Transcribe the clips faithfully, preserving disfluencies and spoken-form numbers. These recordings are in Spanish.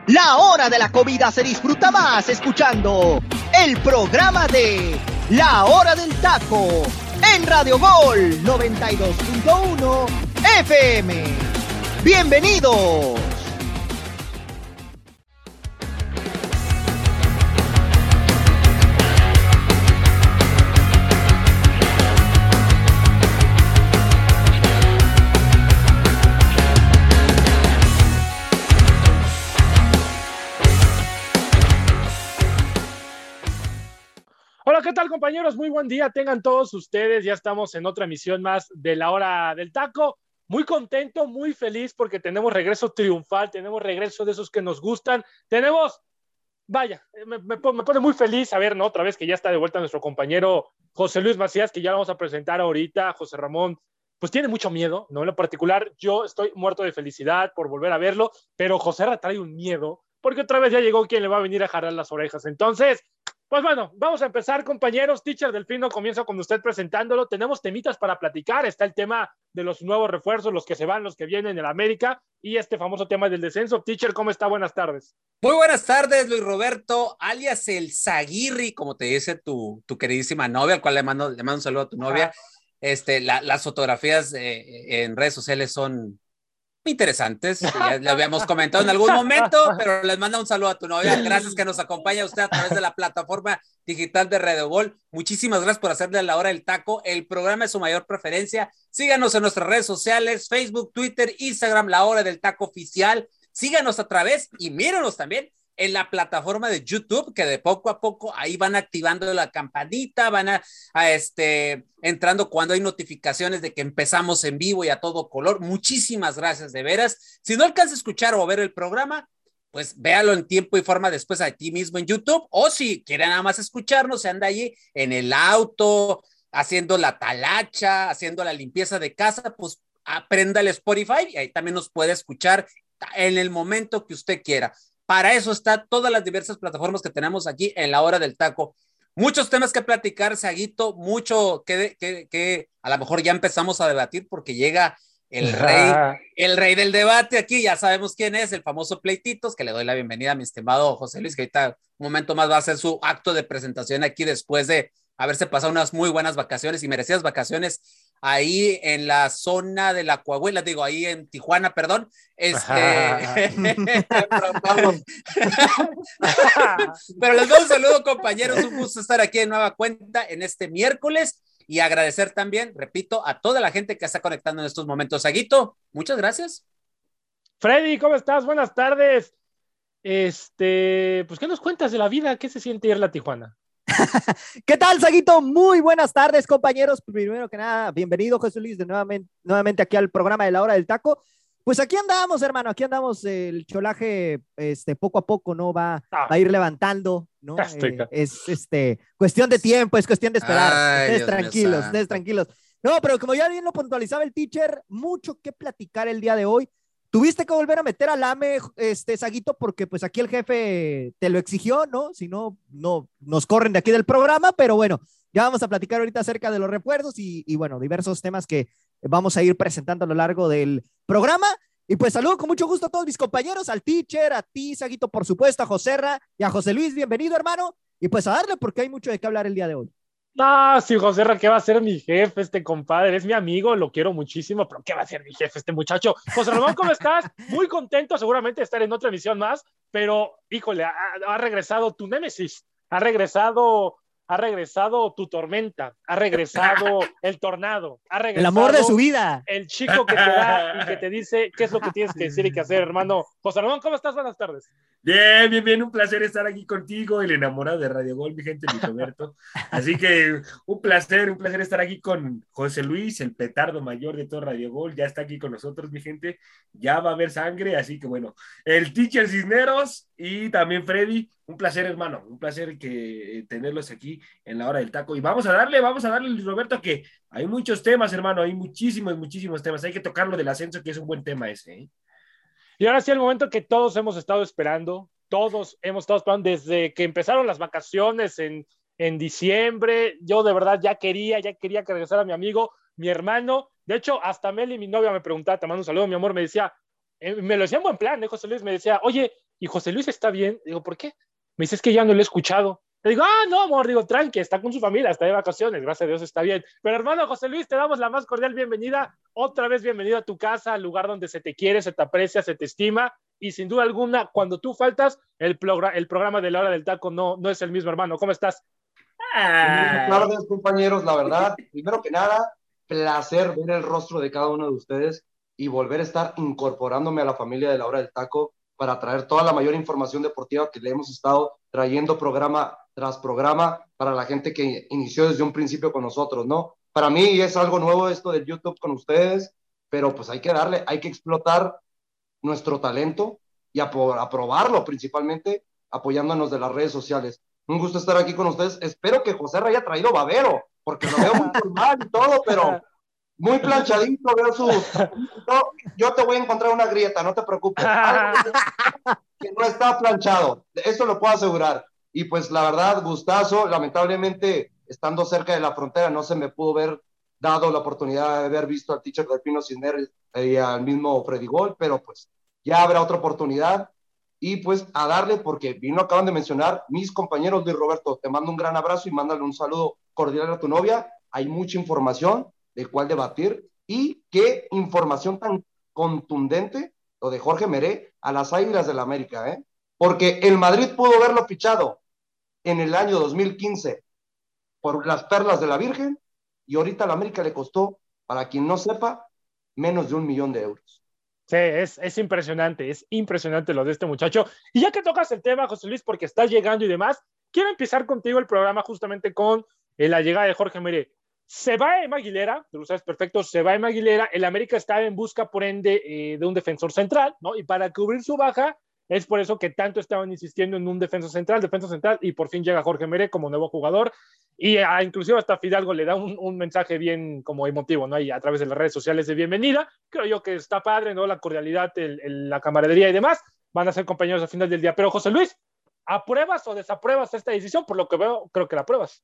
La hora de la comida se disfruta más escuchando el programa de La Hora del Taco en Radio Gol noventa y dos punto uno F M. ¡Bienvenidos! Hola, ¿qué tal, compañeros? Muy buen día, tengan todos ustedes. Ya estamos en otra emisión más de La Hora del Taco. Muy contento, muy feliz porque tenemos regreso triunfal, tenemos regreso de esos que nos gustan. Tenemos, vaya, me, me, me pone muy feliz saber, ¿no? Otra vez que ya está de vuelta nuestro compañero José Luis Macías, que ya lo vamos a presentar ahorita. José Ramón, pues tiene mucho miedo, ¿no? En lo particular, yo estoy muerto de felicidad por volver a verlo, pero José Ra trae un miedo porque otra vez ya llegó quien le va a venir a jalar las orejas. Entonces, pues bueno, vamos a empezar, compañeros. Teacher Delfino, comienzo con usted presentándolo. Tenemos temitas para platicar. Está el tema de los nuevos refuerzos, los que se van, los que vienen en América, y este famoso tema del descenso. Teacher, ¿cómo está? Buenas tardes. Muy buenas tardes, Luis Roberto, alias el Zaguirri, como te dice tu, tu queridísima novia, al cual le mando, le mando un saludo a tu novia. Este, la, las fotografías eh, en redes sociales son interesantes, ya lo habíamos comentado en algún momento, pero les manda un saludo a tu novia. Gracias que nos acompaña usted a través de la plataforma digital de Radio Gol. Muchísimas gracias por hacerle La Hora del Taco. El programa es su mayor preferencia. Síganos en nuestras redes sociales, Facebook, Twitter, Instagram, La Hora del Taco Oficial. Síganos a través y mírenos también en la plataforma de YouTube, que de poco a poco ahí van activando la campanita, van a, a este, entrando cuando hay notificaciones de que empezamos en vivo y a todo color. Muchísimas gracias, de veras. Si no alcanza a escuchar o ver el programa, pues véalo en tiempo y forma después aquí mismo en YouTube, o si quiere nada más escucharnos, se anda allí en el auto, haciendo la talacha, haciendo la limpieza de casa, pues aprenda el Spotify y ahí también nos puede escuchar en el momento que usted quiera. Para eso está todas las diversas plataformas que tenemos aquí en La Hora del Taco. Muchos temas que platicar, Saguito, mucho que, que, que a lo mejor ya empezamos a debatir porque llega el rey, el rey del debate aquí, ya sabemos quién es, el famoso Pleititos, que le doy la bienvenida a mi estimado José Luis, que ahorita un momento más va a hacer su acto de presentación aquí después de haberse pasado unas muy buenas vacaciones y merecidas vacaciones ahí en la zona de la Coahuila, digo, ahí en Tijuana, perdón. Este... Pero les doy un saludo, compañeros, un gusto estar aquí de nueva cuenta en este miércoles y agradecer también, repito, a toda la gente que está conectando en estos momentos. Saguito, muchas gracias. Freddy, ¿cómo estás? Buenas tardes. Este, pues, ¿qué nos cuentas de la vida? ¿Qué se siente ir a Tijuana? ¿Qué tal, Saguito? Muy buenas tardes, compañeros. Primero que nada, bienvenido, José Luis, de nuevamente, nuevamente aquí al programa de La Hora del Taco. Pues aquí andamos, hermano, aquí andamos. El cholaje, este, poco a poco, ¿no? Va, ah. va a ir levantando, ¿no? Eh, es este, cuestión de tiempo, es cuestión de esperar. Ay, ustedes Dios tranquilos, ustedes tranquilos. No, pero como ya bien lo puntualizaba el teacher, mucho que platicar el día de hoy. Tuviste que volver a meter al A M E, este, Saguito, porque pues aquí el jefe te lo exigió, ¿no? Si no, no nos corren de aquí del programa, pero bueno, ya vamos a platicar ahorita acerca de los refuerzos y, y bueno, diversos temas que vamos a ir presentando a lo largo del programa. Y pues saludo con mucho gusto a todos mis compañeros, al teacher, a ti, Saguito, por supuesto, a Joserra y a José Luis, bienvenido, hermano. Y pues a darle porque hay mucho de qué hablar el día de hoy. No, sí, José Ra, ¿qué va a ser mi jefe este compadre? Es mi amigo, lo quiero muchísimo, pero ¿qué va a ser mi jefe este muchacho? José Ramón, ¿cómo estás? Muy contento seguramente de estar en otra emisión más, pero híjole, ha, ha regresado tu némesis, ha regresado, ha regresado tu tormenta, ha regresado el tornado, ha regresado el amor de su vida, el chico que te da y que te dice qué es lo que tienes que decir y que hacer, hermano. José Ramón, ¿cómo estás? Buenas tardes. Bien, bien, bien, un placer estar aquí contigo, el enamorado de Radio Gol, mi gente, Luis Roberto. Así que un placer, un placer estar aquí con José Luis, el petardo mayor de todo Radio Gol, ya está aquí con nosotros, mi gente, ya va a haber sangre, así que bueno, el teacher Cisneros y también Freddy, un placer, hermano, un placer que tenerlos aquí en La Hora del Taco, y vamos a darle, vamos a darle, Luis Roberto, que hay muchos temas, hermano, hay muchísimos, muchísimos temas, hay que tocarlo del ascenso, que es un buen tema ese, ¿eh? Y ahora sí, el momento que todos hemos estado esperando, todos hemos estado esperando desde que empezaron las vacaciones en, en diciembre. Yo de verdad ya quería, ya quería que regresara mi amigo, mi hermano. De hecho, hasta Meli, mi novia, me preguntaba, te mando un saludo, mi amor, me decía, eh, me lo decía en buen plan, ¿eh, José Luis? Me decía, oye, ¿y José Luis está bien? Digo, ¿por qué? Me dice, es que ya no lo he escuchado. Le digo, ah, no, amor, digo, tranqui, está con su familia, está de vacaciones, gracias a Dios está bien. Pero hermano José Luis, te damos la más cordial bienvenida, otra vez bienvenido a tu casa, al lugar donde se te quiere, se te aprecia, se te estima, y sin duda alguna, cuando tú faltas, el, progr el programa de la hora del taco no, no es el mismo, hermano. ¿Cómo estás? Buenas tardes, compañeros, la verdad, primero que nada, placer ver el rostro de cada uno de ustedes y volver a estar incorporándome a la familia de la hora del taco para traer toda la mayor información deportiva que le hemos estado trayendo programa tras programa para la gente que inició desde un principio con nosotros, ¿no? Para mí es algo nuevo esto del YouTube con ustedes, pero pues hay que darle, hay que explotar nuestro talento y aprobarlo principalmente apoyándonos de las redes sociales. Un gusto estar aquí con ustedes. Espero que José haya traído babero, porque lo veo muy formal y todo, pero muy planchadito, veo su... Yo te voy a encontrar una grieta, no te preocupes. Algo que no está planchado, eso lo puedo asegurar. Y pues la verdad, gustazo, lamentablemente, estando cerca de la frontera, no se me pudo ver dado la oportunidad de haber visto al teacher del Pino Cisneros y al mismo Freddy Gol, pero pues ya habrá otra oportunidad. Y pues a darle, porque vino, acaban de mencionar mis compañeros. Luis Roberto, te mando un gran abrazo y mándale un saludo cordial a tu novia. Hay mucha información de cuál debatir y qué información tan contundente lo de Jorge Meré a las Águilas del la América, ¿eh? Porque el Madrid pudo haberlo fichado en el año dos mil quince por las perlas de la Virgen y ahorita a la América le costó, para quien no sepa, menos de un millón de euros. Sí, es, es impresionante, es impresionante lo de este muchacho. Y ya que tocas el tema, José Luis, porque estás llegando y demás, quiero empezar contigo el programa justamente con eh, la llegada de Jorge Meré. Se va Emma Aguilera, tú lo sabes perfecto, se va Emma Aguilera, el América está en busca, por ende, eh, de un defensor central, ¿no? Y para cubrir su baja, es por eso que tanto estaban insistiendo en un defensa central, defensa central, y por fin llega Jorge Meré como nuevo jugador, y a, inclusive hasta Fidalgo le da un, un mensaje bien como emotivo, ¿no? Y a través de las redes sociales de bienvenida, creo yo que está padre, ¿no? La cordialidad, el, el, la camaradería y demás, van a ser compañeros al final del día. Pero José Luis, ¿apruebas o desapruebas esta decisión? Por lo que veo, creo que la apruebas.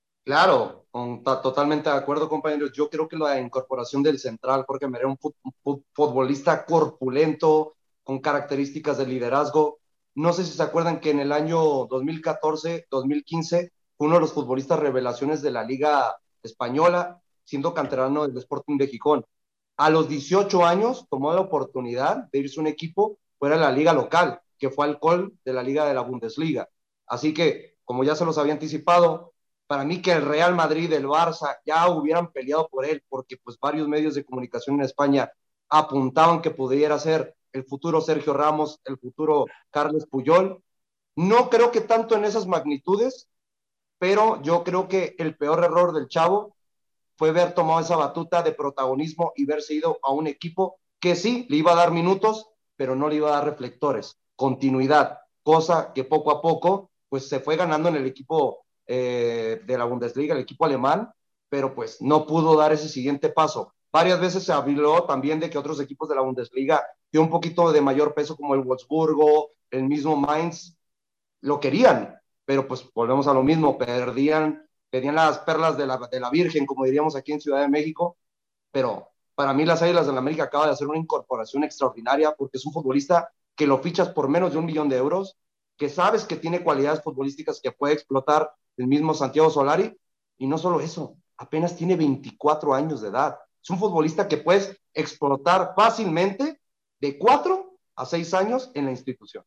Claro, con, totalmente de acuerdo, compañeros. Yo creo que la incorporación del central, Jorge Meré, un, fut, un futbolista corpulento, con características de liderazgo. No sé si se acuerdan que en el año dos mil catorce, dos mil quince, fue uno de los futbolistas revelaciones de la Liga Española, siendo canterano del Sporting de Gijón. A los dieciocho años tomó la oportunidad de irse a un equipo fuera de la liga local, que fue Alcohol de la Liga de la Bundesliga. Así que, como ya se los había anticipado, para mí que el Real Madrid, el Barça, ya hubieran peleado por él, porque pues varios medios de comunicación en España apuntaban que pudiera ser el futuro Sergio Ramos, el futuro Carles Puyol. No creo que tanto en esas magnitudes, pero yo creo que el peor error del chavo fue haber tomado esa batuta de protagonismo y haberse ido a un equipo que sí le iba a dar minutos, pero no le iba a dar reflectores, continuidad, cosa que poco a poco pues se fue ganando en el equipo eh, de la Bundesliga, el equipo alemán, pero pues no pudo dar ese siguiente paso. Varias veces se habló también de que otros equipos de la Bundesliga de un poquito de mayor peso como el Wolfsburgo, el mismo Mainz, lo querían, pero pues volvemos a lo mismo, perdían, pedían las perlas de la, de la Virgen, como diríamos aquí en Ciudad de México, pero para mí las Águilas del la América acaba de hacer una incorporación extraordinaria porque es un futbolista que lo fichas por menos de un millón de euros, que sabes que tiene cualidades futbolísticas que puede explotar el mismo Santiago Solari, y no solo eso, apenas tiene veinticuatro años de edad. Es un futbolista que puedes explotar fácilmente de cuatro a seis años en la institución.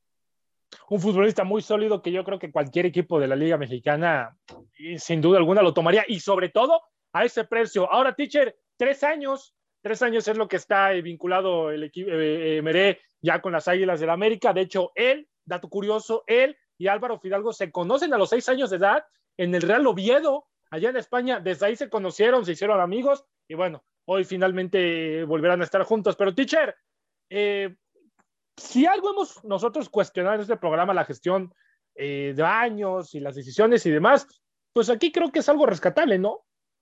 Un futbolista muy sólido que yo creo que cualquier equipo de la Liga Mexicana sin duda alguna lo tomaría, y sobre todo a ese precio. Ahora, teacher, tres años, tres años es lo que está vinculado el equipo eh, Meré ya con las Águilas del la América. De hecho, él, dato curioso, él y Álvaro Fidalgo se conocen a los seis años de edad en el Real Oviedo, allá en España. Desde ahí se conocieron, se hicieron amigos y bueno, hoy finalmente volverán a estar juntos. Pero, teacher, eh, si algo hemos nosotros cuestionado en este programa, la gestión eh, de años y las decisiones y demás, pues aquí creo que es algo rescatable, ¿no?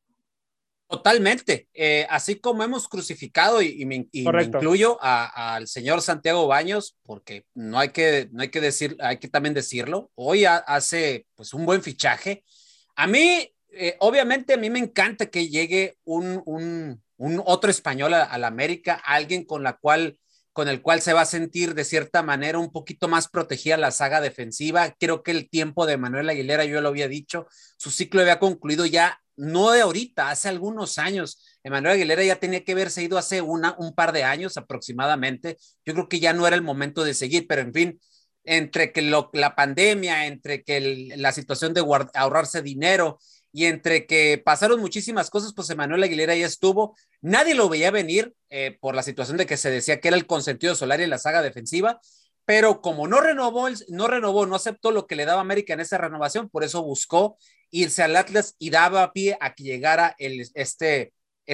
Totalmente. Eh, así como hemos crucificado y, y, me, y me incluyo a, al señor Santiago Baños, porque no hay que, no hay que decir, hay que también decirlo. Hoy a, hace pues un buen fichaje. A mí, eh, obviamente, a mí me encanta que llegue un, un, un otro español a, a la América, alguien con la cual con el cual se va a sentir de cierta manera un poquito más protegida la saga defensiva. Creo que el tiempo de Manuel Aguilera, yo lo había dicho, su ciclo había concluido ya, no de ahorita, hace algunos años. Manuel Aguilera ya tenía que haberse ido hace una, un par de años aproximadamente. Yo creo que ya no era el momento de seguir, pero en fin, entre que lo, la pandemia, entre que el, la situación de guard, ahorrarse dinero y entre que pasaron muchísimas cosas, pues Manuel Aguilera ya estuvo. Nadie lo veía venir eh, por la situación de que se decía que era el consentido de Solari en la saga defensiva, pero como no renovó, no renovó, no aceptó lo que le daba América en esa renovación, por eso buscó irse al Atlas y daba pie a que llegara el, este,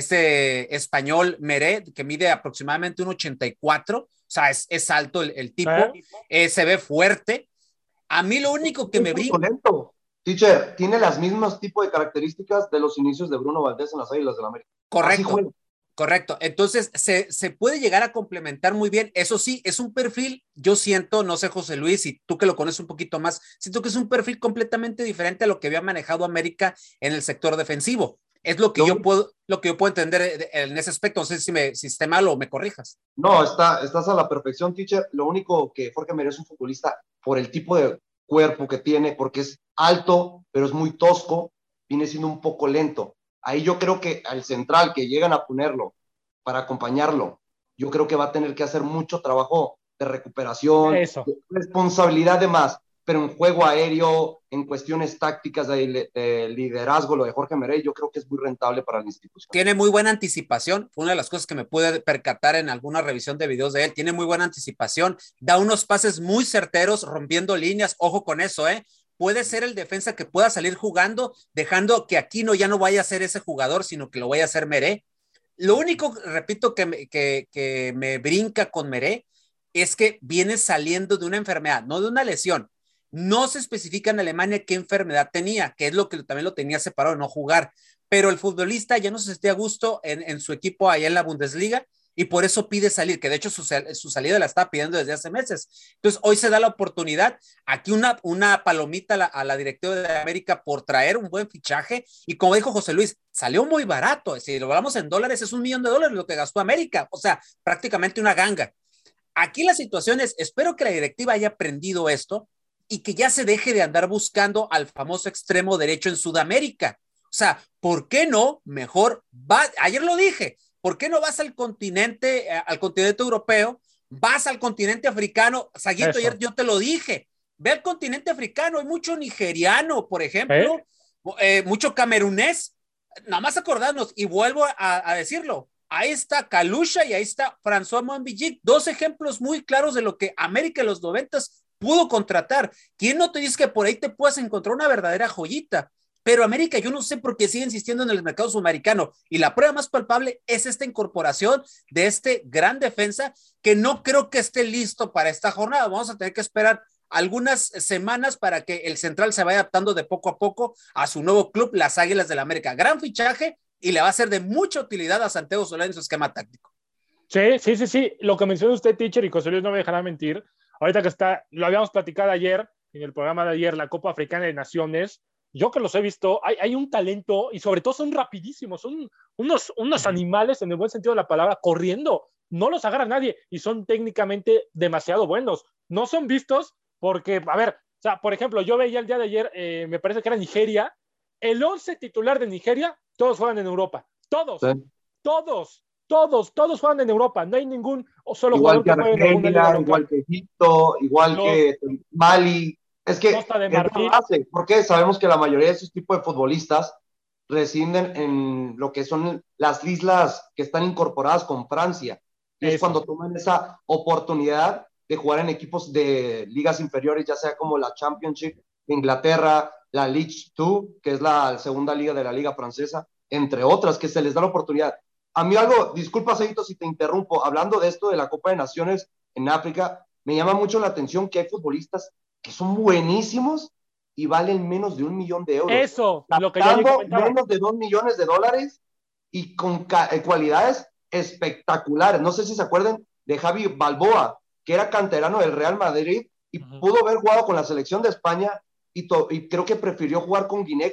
este español Meré, que mide aproximadamente un ochenta y cuatro, o sea, es, es alto el, el tipo, ¿Eh? Eh, se ve fuerte. A mí lo único que es me brinca... Teacher, tiene las mismas tipos de características de los inicios de Bruno Valdés en las Águilas del América. Correcto, correcto. Entonces, se, se puede llegar a complementar muy bien. Eso sí, es un perfil, yo siento, no sé, José Luis, y tú que lo conoces un poquito más, siento que es un perfil completamente diferente a lo que había manejado América en el sector defensivo. Es lo que, no, yo, puedo, lo que yo puedo entender en ese aspecto. No sé si, me, si esté mal o me corrijas. No, está, estás a la perfección, teacher. Lo único que Jorge Meré es un futbolista por el tipo de cuerpo que tiene, porque es alto, pero es muy tosco, viene siendo un poco lento. Ahí yo creo que al central que llegan a ponerlo para acompañarlo, yo creo que va a tener que hacer mucho trabajo de recuperación, Eso. de responsabilidad de más, pero en juego aéreo, en cuestiones tácticas de, de liderazgo, lo de Jorge Meré, yo creo que es muy rentable para la institución. Tiene muy buena anticipación, fue una de las cosas que me pude percatar en alguna revisión de videos de él, tiene muy buena anticipación, da unos pases muy certeros, rompiendo líneas, ojo con eso, ¿eh? Puede ser el defensa que pueda salir jugando, dejando que Aquino ya no vaya a ser ese jugador, sino que lo vaya a ser Meré. Lo único, repito, que me, que, que me brinca con Meré es que viene saliendo de una enfermedad, no de una lesión. No se especifica en Alemania qué enfermedad tenía, que es lo que también lo tenía separado de no jugar, pero el futbolista ya no se sentía a gusto en, en su equipo allá en la Bundesliga y por eso pide salir, que de hecho su, su salida la está pidiendo desde hace meses. Entonces hoy se da la oportunidad, aquí una, una palomita a la, a la directiva de América por traer un buen fichaje y como dijo José Luis, salió muy barato, si lo hablamos en dólares es un millón de dólares lo que gastó América, o sea, prácticamente una ganga. Aquí la situación es, espero que la directiva haya aprendido esto y que ya se deje de andar buscando al famoso extremo derecho en Sudamérica. O sea, ¿por qué no? Mejor va, ayer lo dije, ¿por qué no vas al continente, eh, al continente europeo? Vas al continente africano, Saguito, ayer yo te lo dije, ve al continente africano, hay mucho nigeriano, por ejemplo, ¿Eh? Eh, mucho camerunés, nada más acordarnos, y vuelvo a, a decirlo, ahí está Kalusha y ahí está François Moimbillic, dos ejemplos muy claros de lo que América en los noventas pudo contratar. ¿Quién no te dice que por ahí te puedas encontrar una verdadera joyita? Pero América, yo no sé por qué sigue insistiendo en el mercado sudamericano. Y la prueba más palpable es esta incorporación de este gran defensa que no creo que esté listo para esta jornada. Vamos a tener que esperar algunas semanas para que el central se vaya adaptando de poco a poco a su nuevo club, las Águilas del la América. Gran fichaje y le va a ser de mucha utilidad a Santiago Solari en su esquema táctico. Sí, sí, sí, sí. Lo que mencionó usted, teacher, y José Luis no me dejará mentir. Ahorita que está, lo habíamos platicado ayer, en el programa de ayer, la Copa Africana de Naciones, yo que los he visto, hay, hay un talento y sobre todo son rapidísimos, son unos, unos animales en el buen sentido de la palabra, corriendo, no los agarra nadie y son técnicamente demasiado buenos, no son vistos porque, a ver, o sea, por ejemplo, yo veía el día de ayer, eh, me parece que era Nigeria, el once titular de Nigeria, todos juegan en Europa, todos, sí. todos, todos, todos juegan en Europa, no hay ningún solo igual jugador que, que juegue en alguna liga local. Igual que Egipto, igual los, que Mali. Es que Costa de es Marfil. Base, porque sabemos que la mayoría de esos tipos de futbolistas residen en lo que son las islas que están incorporadas con Francia. Y es cuando toman esa oportunidad de jugar en equipos de ligas inferiores, ya sea como la Championship de Inglaterra, la Ligue dos, que es la segunda liga de la liga francesa, entre otras, que se les da la oportunidad. A mí algo, disculpa, Seito, si te interrumpo, hablando de esto de la Copa de Naciones en África, me llama mucho la atención que hay futbolistas que son buenísimos y valen menos de un millón de euros. Eso, lo que yo comentaba. Menos de dos millones de dólares y con cualidades espectaculares. No sé si se acuerdan de Javi Balboa, que era canterano del Real Madrid y uh-huh. pudo haber jugado con la selección de España y, to- y creo que prefirió jugar con Guinea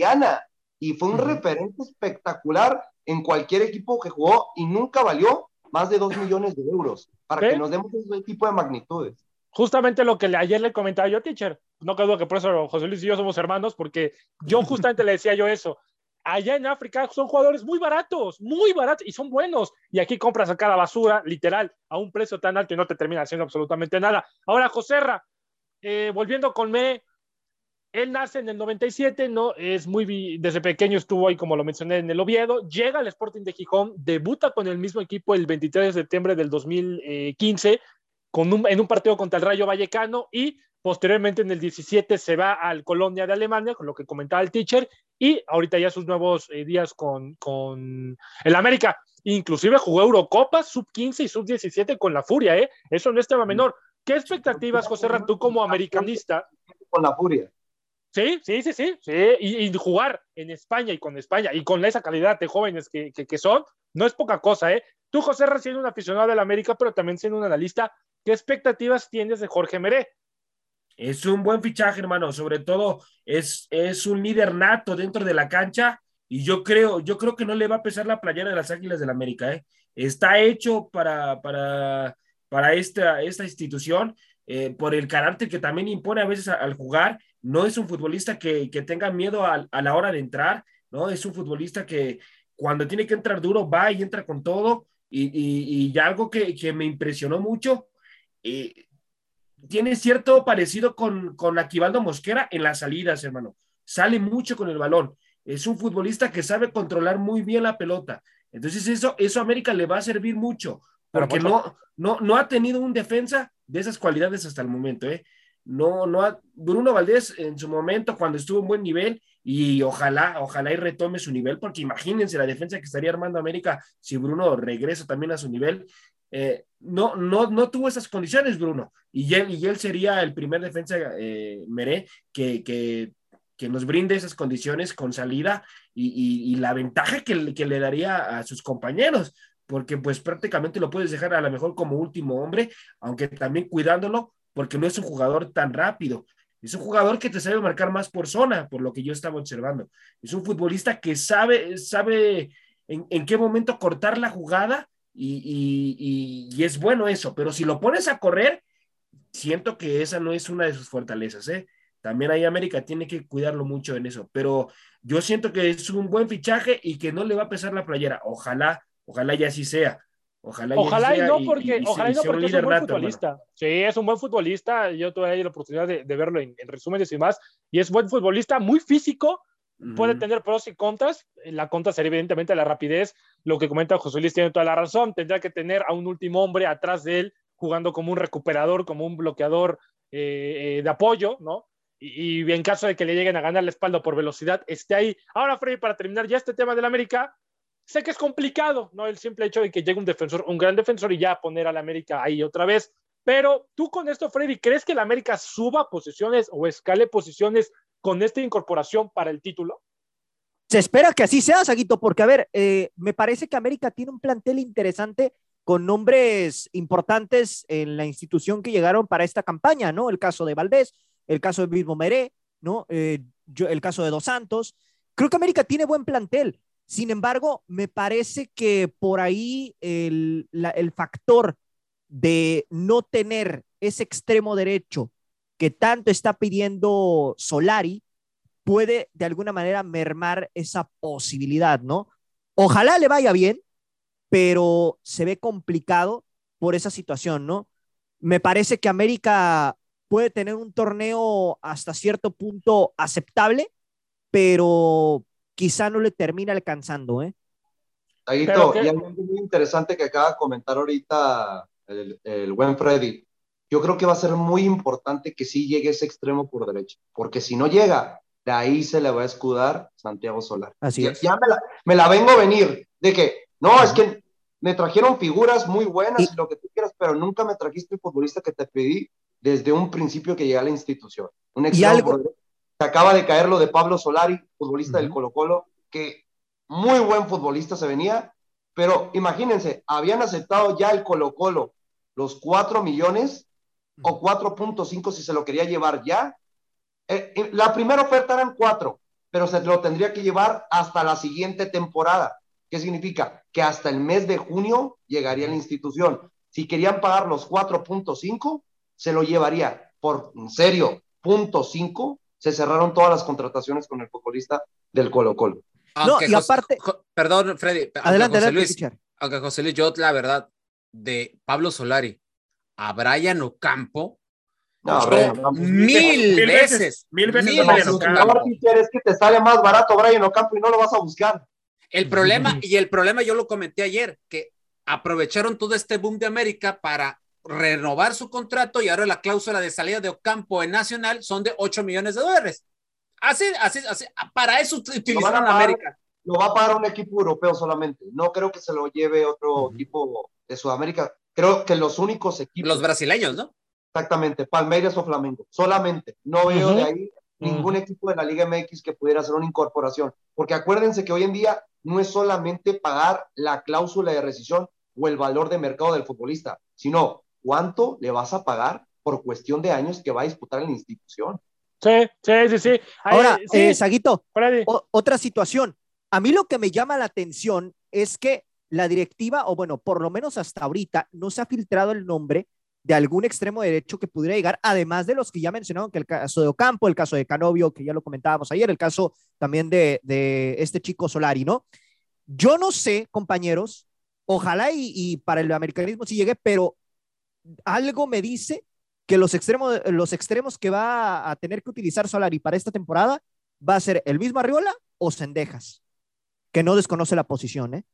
Ecuatoriana y fue un uh-huh. referente espectacular en cualquier equipo que jugó y nunca valió más de dos millones de euros, para ¿Sí? que nos demos ese tipo de magnitudes. Justamente lo que le, ayer le comentaba yo, teacher, no quedo que por eso José Luis y yo somos hermanos, porque yo justamente le decía yo eso. Allá en África son jugadores muy baratos, muy baratos, y son buenos. Y aquí compras a cada basura, literal, a un precio tan alto y no te termina haciendo absolutamente nada. Ahora, Joserra, eh, volviendo con Me, él nace en el noventa y siete, ¿no? Es muy, desde pequeño estuvo ahí, como lo mencioné, en el Oviedo. Llega al Sporting de Gijón, debuta con el mismo equipo el veintitrés de septiembre del dos mil quince, con un, en un partido contra el Rayo Vallecano, y posteriormente en el diecisiete se va al Colonia de Alemania, con lo que comentaba el teacher, y ahorita ya sus nuevos eh, días con, con el América. Inclusive jugó Eurocopa sub quince y sub diecisiete con la Furia, ¿eh? Eso no es tema menor. ¿Qué expectativas, José Ran, tú como americanista? Con la Furia. Sí, sí, sí, sí, sí. Y, y jugar en España y con España y con esa calidad de jóvenes que, que, que son, no es poca cosa, ¿eh? Tú, José, siendo un aficionado del América, pero también siendo un analista, ¿qué expectativas tienes de Jorge Meré? Es un buen fichaje, hermano. Sobre todo es, es un líder nato dentro de la cancha, y yo creo, yo creo que no le va a pesar la playera de las Águilas del América, ¿eh? Está hecho para, para, para esta, esta institución, eh, por el carácter que también impone a veces a, al jugar. No es un futbolista que, que tenga miedo a, a la hora de entrar, ¿no? Es un futbolista que cuando tiene que entrar duro va y entra con todo, y, y, y algo que, que me impresionó mucho, eh, tiene cierto parecido con, con Aquivaldo Mosquera en las salidas, hermano. Sale mucho con el balón. Es un futbolista que sabe controlar muy bien la pelota. Entonces eso, eso a América le va a servir mucho, porque no, no, no ha tenido un defensa de esas cualidades hasta el momento, ¿eh? No, no ha, Bruno Valdés en su momento, cuando estuvo en buen nivel, y ojalá, ojalá y retome su nivel, porque imagínense la defensa que estaría armando América si Bruno regresa también a su nivel. Eh, no, no, no tuvo esas condiciones, Bruno, y él, y él sería el primer defensa, eh, Meré, que, que, que nos brinde esas condiciones con salida, y, y, y la ventaja que, que le daría a sus compañeros, porque pues prácticamente lo puedes dejar a lo mejor como último hombre, aunque también cuidándolo, porque no es un jugador tan rápido. Es un jugador que te sabe marcar más por zona, por lo que yo estaba observando. Es un futbolista que sabe, sabe en, en qué momento cortar la jugada, y, y, y, y es bueno eso, pero si lo pones a correr, siento que esa no es una de sus fortalezas, ¿eh? También ahí América tiene que cuidarlo mucho en eso, pero yo siento que es un buen fichaje y que no le va a pesar la playera. Ojalá, ojalá ya así sea. Ojalá, ojalá y no y, porque, y, y, ojalá y no sea porque un es un buen nato, futbolista. hermano. Sí, es un buen futbolista. Yo tuve ahí la oportunidad de, de verlo en, en resúmenes y más. Y es buen futbolista, muy físico. Uh-huh. Puede tener pros y contras. La contra sería evidentemente la rapidez. Lo que comenta José Luis tiene toda la razón. Tendrá que tener a un último hombre atrás de él, jugando como un recuperador, como un bloqueador eh, eh, de apoyo, ¿no? Y, y en caso de que le lleguen a ganar la espalda por velocidad, esté ahí. Ahora, Freddy, para terminar ya este tema del América, sé que es complicado, ¿no? El simple hecho de que llegue un defensor, un gran defensor, y ya poner al América ahí otra vez. Pero tú con esto, Freddy, ¿crees que el América suba posiciones o escale posiciones con esta incorporación para el título? Se espera que así sea, Saguito, porque a ver, eh, me parece que América tiene un plantel interesante con nombres importantes en la institución que llegaron para esta campaña, ¿no? El caso de Valdés, el caso de mismo Meré, ¿no? Eh, yo, el caso de Dos Santos. Creo que América tiene buen plantel. Sin embargo, me parece que por ahí el, la, el factor de no tener ese extremo derecho que tanto está pidiendo Solari puede de alguna manera mermar esa posibilidad, ¿no? Ojalá le vaya bien, pero se ve complicado por esa situación, ¿no? Me parece que América puede tener un torneo hasta cierto punto aceptable, pero quizá no le termina alcanzando, ¿eh? Aguito, y algo muy interesante que acaba de comentar ahorita el, el buen Freddy. Yo creo que va a ser muy importante que sí llegue ese extremo por derecha, porque si no llega, de ahí se le va a escudar Santiago Solari. Así ya, es. Ya me la, me la vengo a venir, de que, no, uh-huh. es que me trajeron figuras muy buenas y, y lo que tú quieras, pero nunca me trajiste el futbolista que te pedí desde un principio que llegué a la institución. Un extremo algo... por derecha. Se acaba de caer lo de Pablo Solari, futbolista uh-huh. del Colo-Colo, que muy buen futbolista se venía, pero imagínense, habían aceptado ya el Colo-Colo los cuatro millones o cuatro punto cinco si se lo quería llevar ya. Eh, eh, la primera oferta eran cuatro, pero se lo tendría que llevar hasta la siguiente temporada. ¿Qué significa? que hasta el mes de junio llegaría a la institución. Si querían pagar los cuatro punto cinco, se lo llevaría. Por, en serio, punto cinco, se cerraron todas las contrataciones con el futbolista del Colo-Colo. Aunque no, y José, aparte... jo, perdón, Freddy. Adelante, José adelante, Luis, Richard. aunque José Luis, yo la verdad, de Pablo Solari a Brian Ocampo, no, yo, Brian Ocampo, mil, mil veces, veces, mil veces, mil veces veces Ocampo. Ocampo. Es que te sale más barato Brian Ocampo y no lo vas a buscar. El problema, y el problema yo lo comenté ayer, que aprovecharon todo este boom de América para renovar su contrato y ahora la cláusula de salida de Ocampo en Nacional son de ocho millones de dólares. Así, así, así, para eso utilizaron a América. Lo va a pagar un equipo europeo solamente. No creo que se lo lleve otro uh-huh. equipo de Sudamérica. Creo que los únicos equipos. Los brasileños, ¿no? Exactamente, Palmeiras o Flamengo. Solamente. No veo uh-huh. de ahí ningún uh-huh. equipo de la Liga M X que pudiera hacer una incorporación. Porque acuérdense que hoy en día no es solamente pagar la cláusula de rescisión o el valor de mercado del futbolista, sino cuánto le vas a pagar por cuestión de años que va a disputar en la institución. Sí, sí, sí, sí. Ay, Ahora, sí. Eh, Saguito, o, otra situación. A mí lo que me llama la atención es que la directiva, o bueno, por lo menos hasta ahorita, no se ha filtrado el nombre de algún extremo derecho que pudiera llegar, además de los que ya mencionaron, que el caso de Ocampo, el caso de Canovio, que ya lo comentábamos ayer, el caso también de, de este chico Solari, ¿no? Yo no sé, compañeros, ojalá y, y para el americanismo sí llegue, pero algo me dice que los extremos, los extremos que va a tener que utilizar Solari para esta temporada va a ser el mismo Arriola o Cendejas, que no desconoce la posición, ¿eh?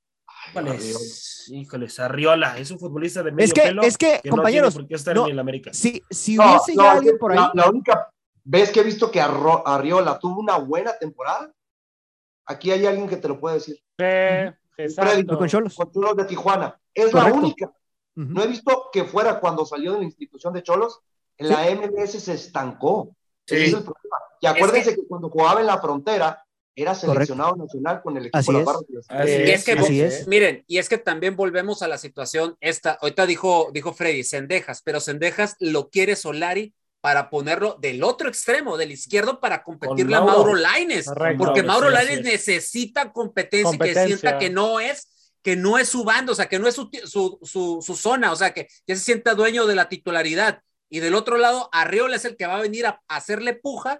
Híjoles, híjoles, Arriola es un futbolista de medio es que, pelo es que, que compañeros, no tiene por qué estar no, en el América. Si, si no, hubiese no, ya alguien por ahí. La, la única vez que he visto que Arro, Arriola tuvo una buena temporada, aquí hay alguien que te lo puede decir. Eh, Freddy, con Cholos. Con Cholos de Tijuana. Es Correcto. La única. Uh-huh. No he visto que fuera cuando salió de la institución de Cholos, en ¿Sí? la M L S se estancó. Sí. Ese es el problema. Y acuérdense es que... que cuando jugaba en la frontera, era seleccionado Correcto. Nacional con el equipo Así de las barras. Así es. Es que, Así es. Miren, y es que también volvemos a la situación esta, ahorita dijo, dijo Freddy, Cendejas, pero Cendejas lo quiere Solari para ponerlo del otro extremo, del izquierdo, para competirle a Mauro Lainez, porque Mauro sí, Lainez necesita competencia, competencia, que sienta que no es que no es su bando, o sea, que no es su, su, su, su zona, o sea, que ya se sienta dueño de la titularidad. Y del otro lado, Arriola es el que va a venir a, a hacerle puja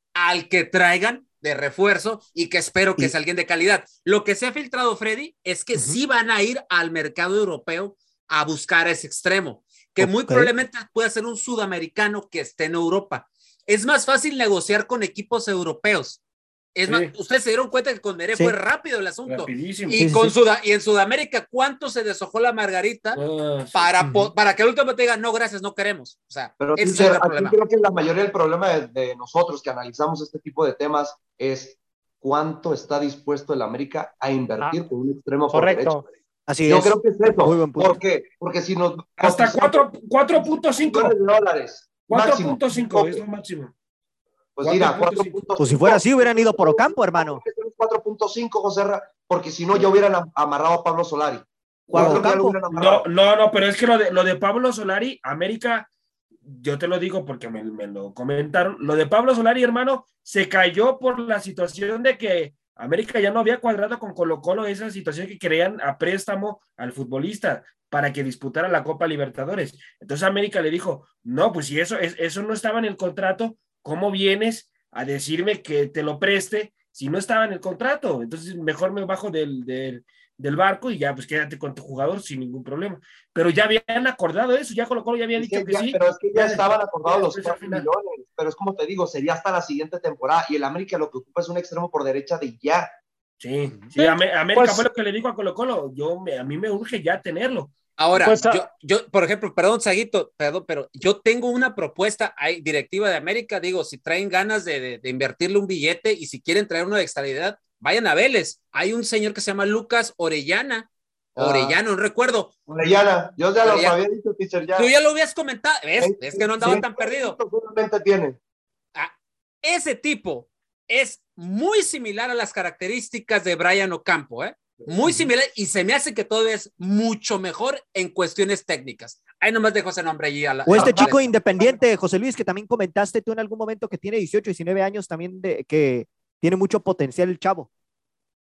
al que traigan de refuerzo y que espero que sí. sea alguien de calidad. Lo que se ha filtrado, Freddy, es que uh-huh. sí van a ir al mercado europeo a buscar ese extremo, que okay. muy probablemente pueda ser un sudamericano que esté en Europa. Es más fácil negociar con equipos europeos. Es sí. más, ustedes se dieron cuenta que con Meré sí. fue rápido el asunto. Rapidísimo. Y, sí, con sí. Suda, y en Sudamérica, ¿cuánto se deshojó la margarita uh, para, sí. po, para que el último te diga, no, gracias, no queremos? O sea, pero ese teacher, es el aquí problema. Creo que la mayoría del problema de, de nosotros que analizamos este tipo de temas es cuánto está dispuesto el América a invertir ah, con un extremo por correcto. derecho. Así Yo es. creo que es eso. Muy buen punto. ¿Por qué? Porque si nos... Hasta cuatro punto cinco dólares. cuatro punto cinco es lo máximo. Pues mira, cuatro punto cinco. Pues si fuera así, hubieran ido por Ocampo, hermano. cuatro punto cinco, José Ra, porque si no, ya hubieran amarrado a Pablo Solari. No, no, no, no, pero es que lo de, lo de Pablo Solari, América, yo te lo digo porque me, me lo comentaron, lo de Pablo Solari, hermano, se cayó por la situación de que América ya no había cuadrado con Colo-Colo esa situación que querían a préstamo al futbolista para que disputara la Copa Libertadores. Entonces América le dijo, no, pues si eso, eso no estaba en el contrato, ¿cómo vienes a decirme que te lo preste si no estaba en el contrato? Entonces mejor me bajo del, del, del barco y ya pues quédate con tu jugador sin ningún problema. Pero ya habían acordado eso, ya Colo-Colo ya había es dicho que, que ya, sí. Pero es que ya, ya estaban acordados los cuatro millones, pero es como te digo, sería hasta la siguiente temporada y el América lo que ocupa es un extremo por derecha de ya. Sí, sí, América pues, fue lo que le dijo a Colo-Colo, yo, a mí me urge ya tenerlo. Ahora, pues, yo, yo, por ejemplo, perdón, Saguito, perdón, pero yo tengo una propuesta hay, directiva de América, digo, si traen ganas de, de, de invertirle un billete y si quieren traer una de extralidad, vayan a Vélez. Hay un señor que se llama Lucas Orellana, ah, Orellano, no recuerdo. Orellana, yo ya Orellana. Lo había dicho, teacher, ya. Tú ya lo habías comentado, ¿ves? Sí, es que no andaba sí, tan perdido. Tiene. Ah, ese tipo es muy similar a las características de Brian Ocampo, ¿eh? Muy similar y se me hace que todo es mucho mejor en cuestiones técnicas. Ahí nomás dejo ese nombre allí. A la, o este a chico vale. Independiente, José Luis, que también comentaste tú en algún momento que tiene dieciocho, diecinueve años también, de, que tiene mucho potencial el chavo.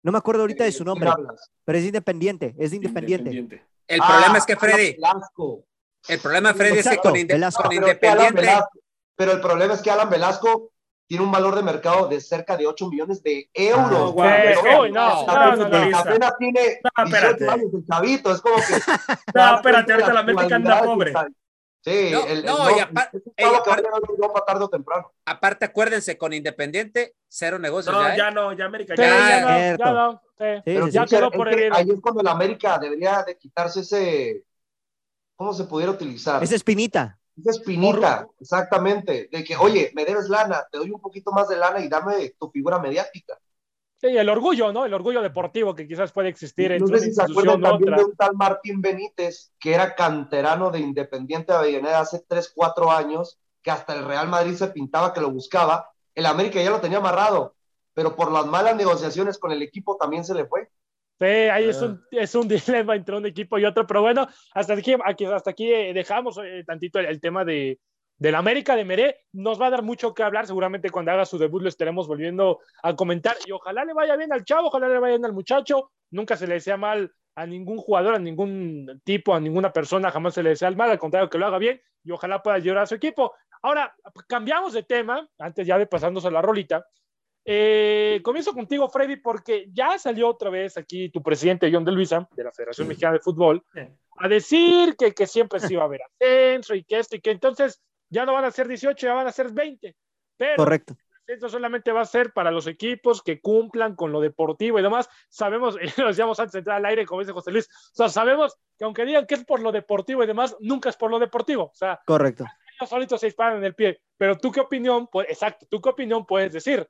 No me acuerdo ahorita de su ¿De nombre, quién hablas? pero es independiente, es de Independiente. Independiente. El Ah, problema es que Alan Freddy, Velasco. el problema, Freddy, es que Exacto, con, inde- Velasco. con No, pero, es que Alan Independiente, Velasco, pero el problema es que Alan Velasco tiene un valor de mercado de cerca de ocho millones de euros. Ah, No, guau, Eh, es que- uy, no, wow. no, no, no. futbolista. Apenas tiene No, dieciocho espérate. años el chavito, es como que... No, espérate, ahorita la América anda pobre. Sí, No, el, el, no, no, y apar- es un ey, chavo que va a apar- llegar a Europa tarde o temprano. aparte, acuérdense, con Independiente, cero negocios No, ya, ¿eh? ya no, ya América Sí, ya. ya Ya, no, cierto. ya no. Sí. Sí, Pero sí, ya sí. escucha, quedó es por que herido. ahí es cuando el América debería de quitarse ese... ¿Cómo se pudiera utilizar? Esa espinita. Esa espinita, exactamente, de que, oye, me debes lana, te doy un poquito más de lana y dame tu figura mediática. Sí, el orgullo, ¿no? El orgullo deportivo que quizás puede existir No entre sé una si se acuerdan institución u también otra. de un tal Martín Benítez, que era canterano de Independiente Avellaneda hace tres, cuatro años, que hasta el Real Madrid se pintaba que lo buscaba. El América ya lo tenía amarrado, pero por las malas negociaciones con el equipo también se le fue. Sí, ahí es Ah. un, es un dilema entre un equipo y otro, pero bueno, hasta aquí, aquí, hasta aquí eh, dejamos eh, tantito el, el tema de, del América de Meré. Nos va a dar mucho que hablar, seguramente cuando haga su debut lo estaremos volviendo a comentar y ojalá le vaya bien al chavo, ojalá le vaya bien al muchacho, nunca se le desea mal a ningún jugador, a ningún tipo, a ninguna persona, jamás se le desea mal, al contrario que lo haga bien y ojalá pueda ayudar a su equipo. Ahora, cambiamos de tema, antes ya de pasarnos a la rolita. Eh, comienzo contigo, Freddy, porque ya salió otra vez aquí tu presidente, John de Luisa, de la Federación Mexicana de Fútbol, a decir que, que siempre se iba a haber ascenso y que esto y que entonces ya no van a ser dieciocho, ya van a ser veinte. Pero Correcto. el ascenso solamente va a ser para los equipos que cumplan con lo deportivo y demás. Sabemos, y lo decíamos antes de entrar al aire, como dice José Luis, o sea, sabemos que aunque digan que es por lo deportivo y demás, nunca es por lo deportivo. O sea, Correcto. ellos solitos se disparan en el pie. Pero tú qué opinión, pues, exacto, tú qué opinión puedes decir.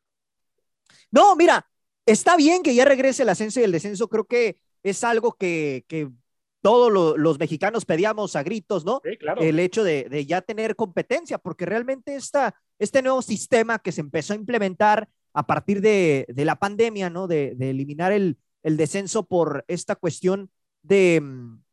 No, mira, está bien que ya regrese el ascenso y el descenso, creo que es algo que, que todos lo, los mexicanos pedíamos a gritos, ¿no? Sí, claro. El hecho de, de ya tener competencia, porque realmente esta, este nuevo sistema que se empezó a implementar a partir de, de la pandemia, ¿no? De, de eliminar el, el descenso por esta cuestión de,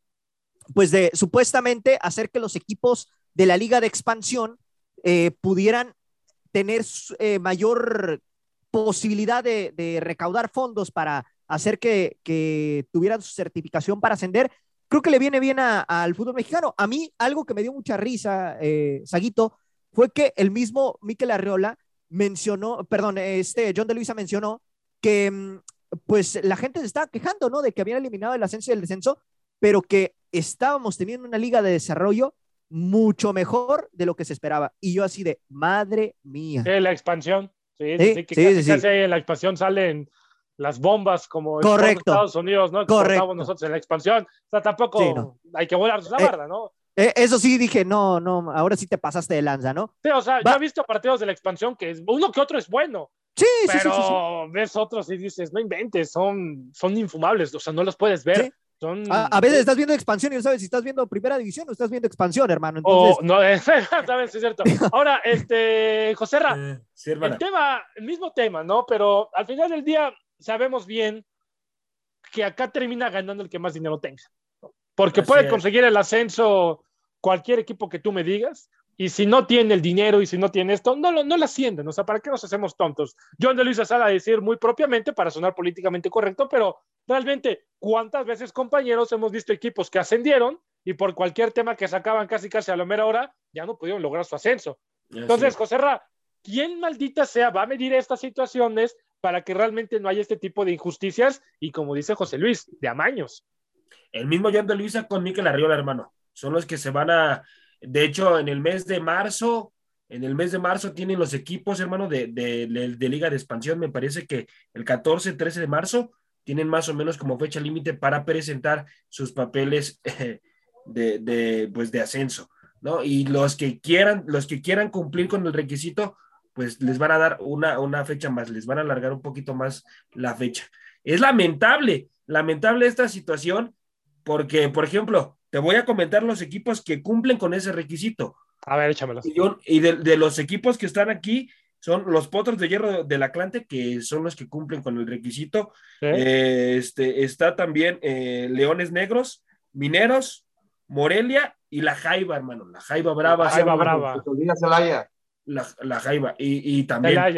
pues de supuestamente hacer que los equipos de la liga de expansión eh, pudieran tener eh, mayor posibilidad de, de recaudar fondos para hacer que, que tuvieran su certificación para ascender, creo que le viene bien a, a, al fútbol mexicano. A mí algo que me dio mucha risa, eh, Saguito, fue que el mismo Mikel Arriola mencionó, perdón, este John de Luisa mencionó que pues la gente se estaba quejando, ¿no? De que habían eliminado el ascenso y el descenso, pero que estábamos teniendo una liga de desarrollo mucho mejor de lo que se esperaba. Y yo así de, madre mía. Eh, la expansión. Sí, sí, sí, que sí, casi, sí, casi sí. en la expansión salen las bombas como Correcto. Estados Unidos, ¿no? Exportamos nosotros en la expansión. O sea, tampoco sí, no. hay que volar la eh, barda, ¿no? Eh, eso sí dije, no, no, ahora sí te pasaste de lanza, ¿no? Sí, o sea, Va. yo he visto partidos de la expansión que es, uno que otro es bueno. Sí, pero sí, sí, sí, sí. ves otros y dices, no inventes, son, son infumables, o sea, no los puedes ver. Sí. Son... A, a veces estás viendo expansión y no sabes si estás viendo primera división o estás viendo expansión, hermano. Entonces... O, no, sabes, es cierto. Ahora, este, José Ra, Eh, sí, el tema, el mismo tema, ¿no? Pero al final del día sabemos bien que acá termina ganando el que más dinero tenga. ¿No? Porque Así puede es. conseguir el ascenso cualquier equipo que tú me digas, y si no tiene el dinero y si no tiene esto, no lo no lo ascienden. O sea, ¿para qué nos hacemos tontos? John de Luisa sale a decir muy propiamente para sonar políticamente correcto, pero realmente, ¿cuántas veces, compañeros, hemos visto equipos que ascendieron y por cualquier tema que sacaban casi casi a la mera hora, ya no pudieron lograr su ascenso? Entonces, José Ra, ¿quién maldita sea va a medir estas situaciones para que realmente no haya este tipo de injusticias? Y como dice José Luis, de amaños. El mismo John de Luisa con Mikel Arriola, hermano. Son los que se van a... De hecho, en el mes de marzo, en el mes de marzo tienen los equipos, hermano, de, de, de, de Liga de Expansión. Me parece que el catorce, trece de marzo tienen más o menos como fecha límite para presentar sus papeles eh, de, de, pues de ascenso, ¿no? Y los que quieran, los que quieran cumplir con el requisito, pues les van a dar una, una fecha más, les van a alargar un poquito más la fecha. Es lamentable, lamentable esta situación, porque, por ejemplo, te voy a comentar los equipos que cumplen con ese requisito. A ver, échamelos. Y, yo, y de, de los equipos que están aquí, son los Potros de Hierro del Atlante, que son los que cumplen con el requisito. ¿Sí? Eh, este, está también eh, Leones Negros, Mineros, Morelia y la Jaiba, hermano. La Jaiba Brava. La Jaiba hermano. Brava. Se te olvida Celaya. La, la Jaiba. Y, y también Celaya.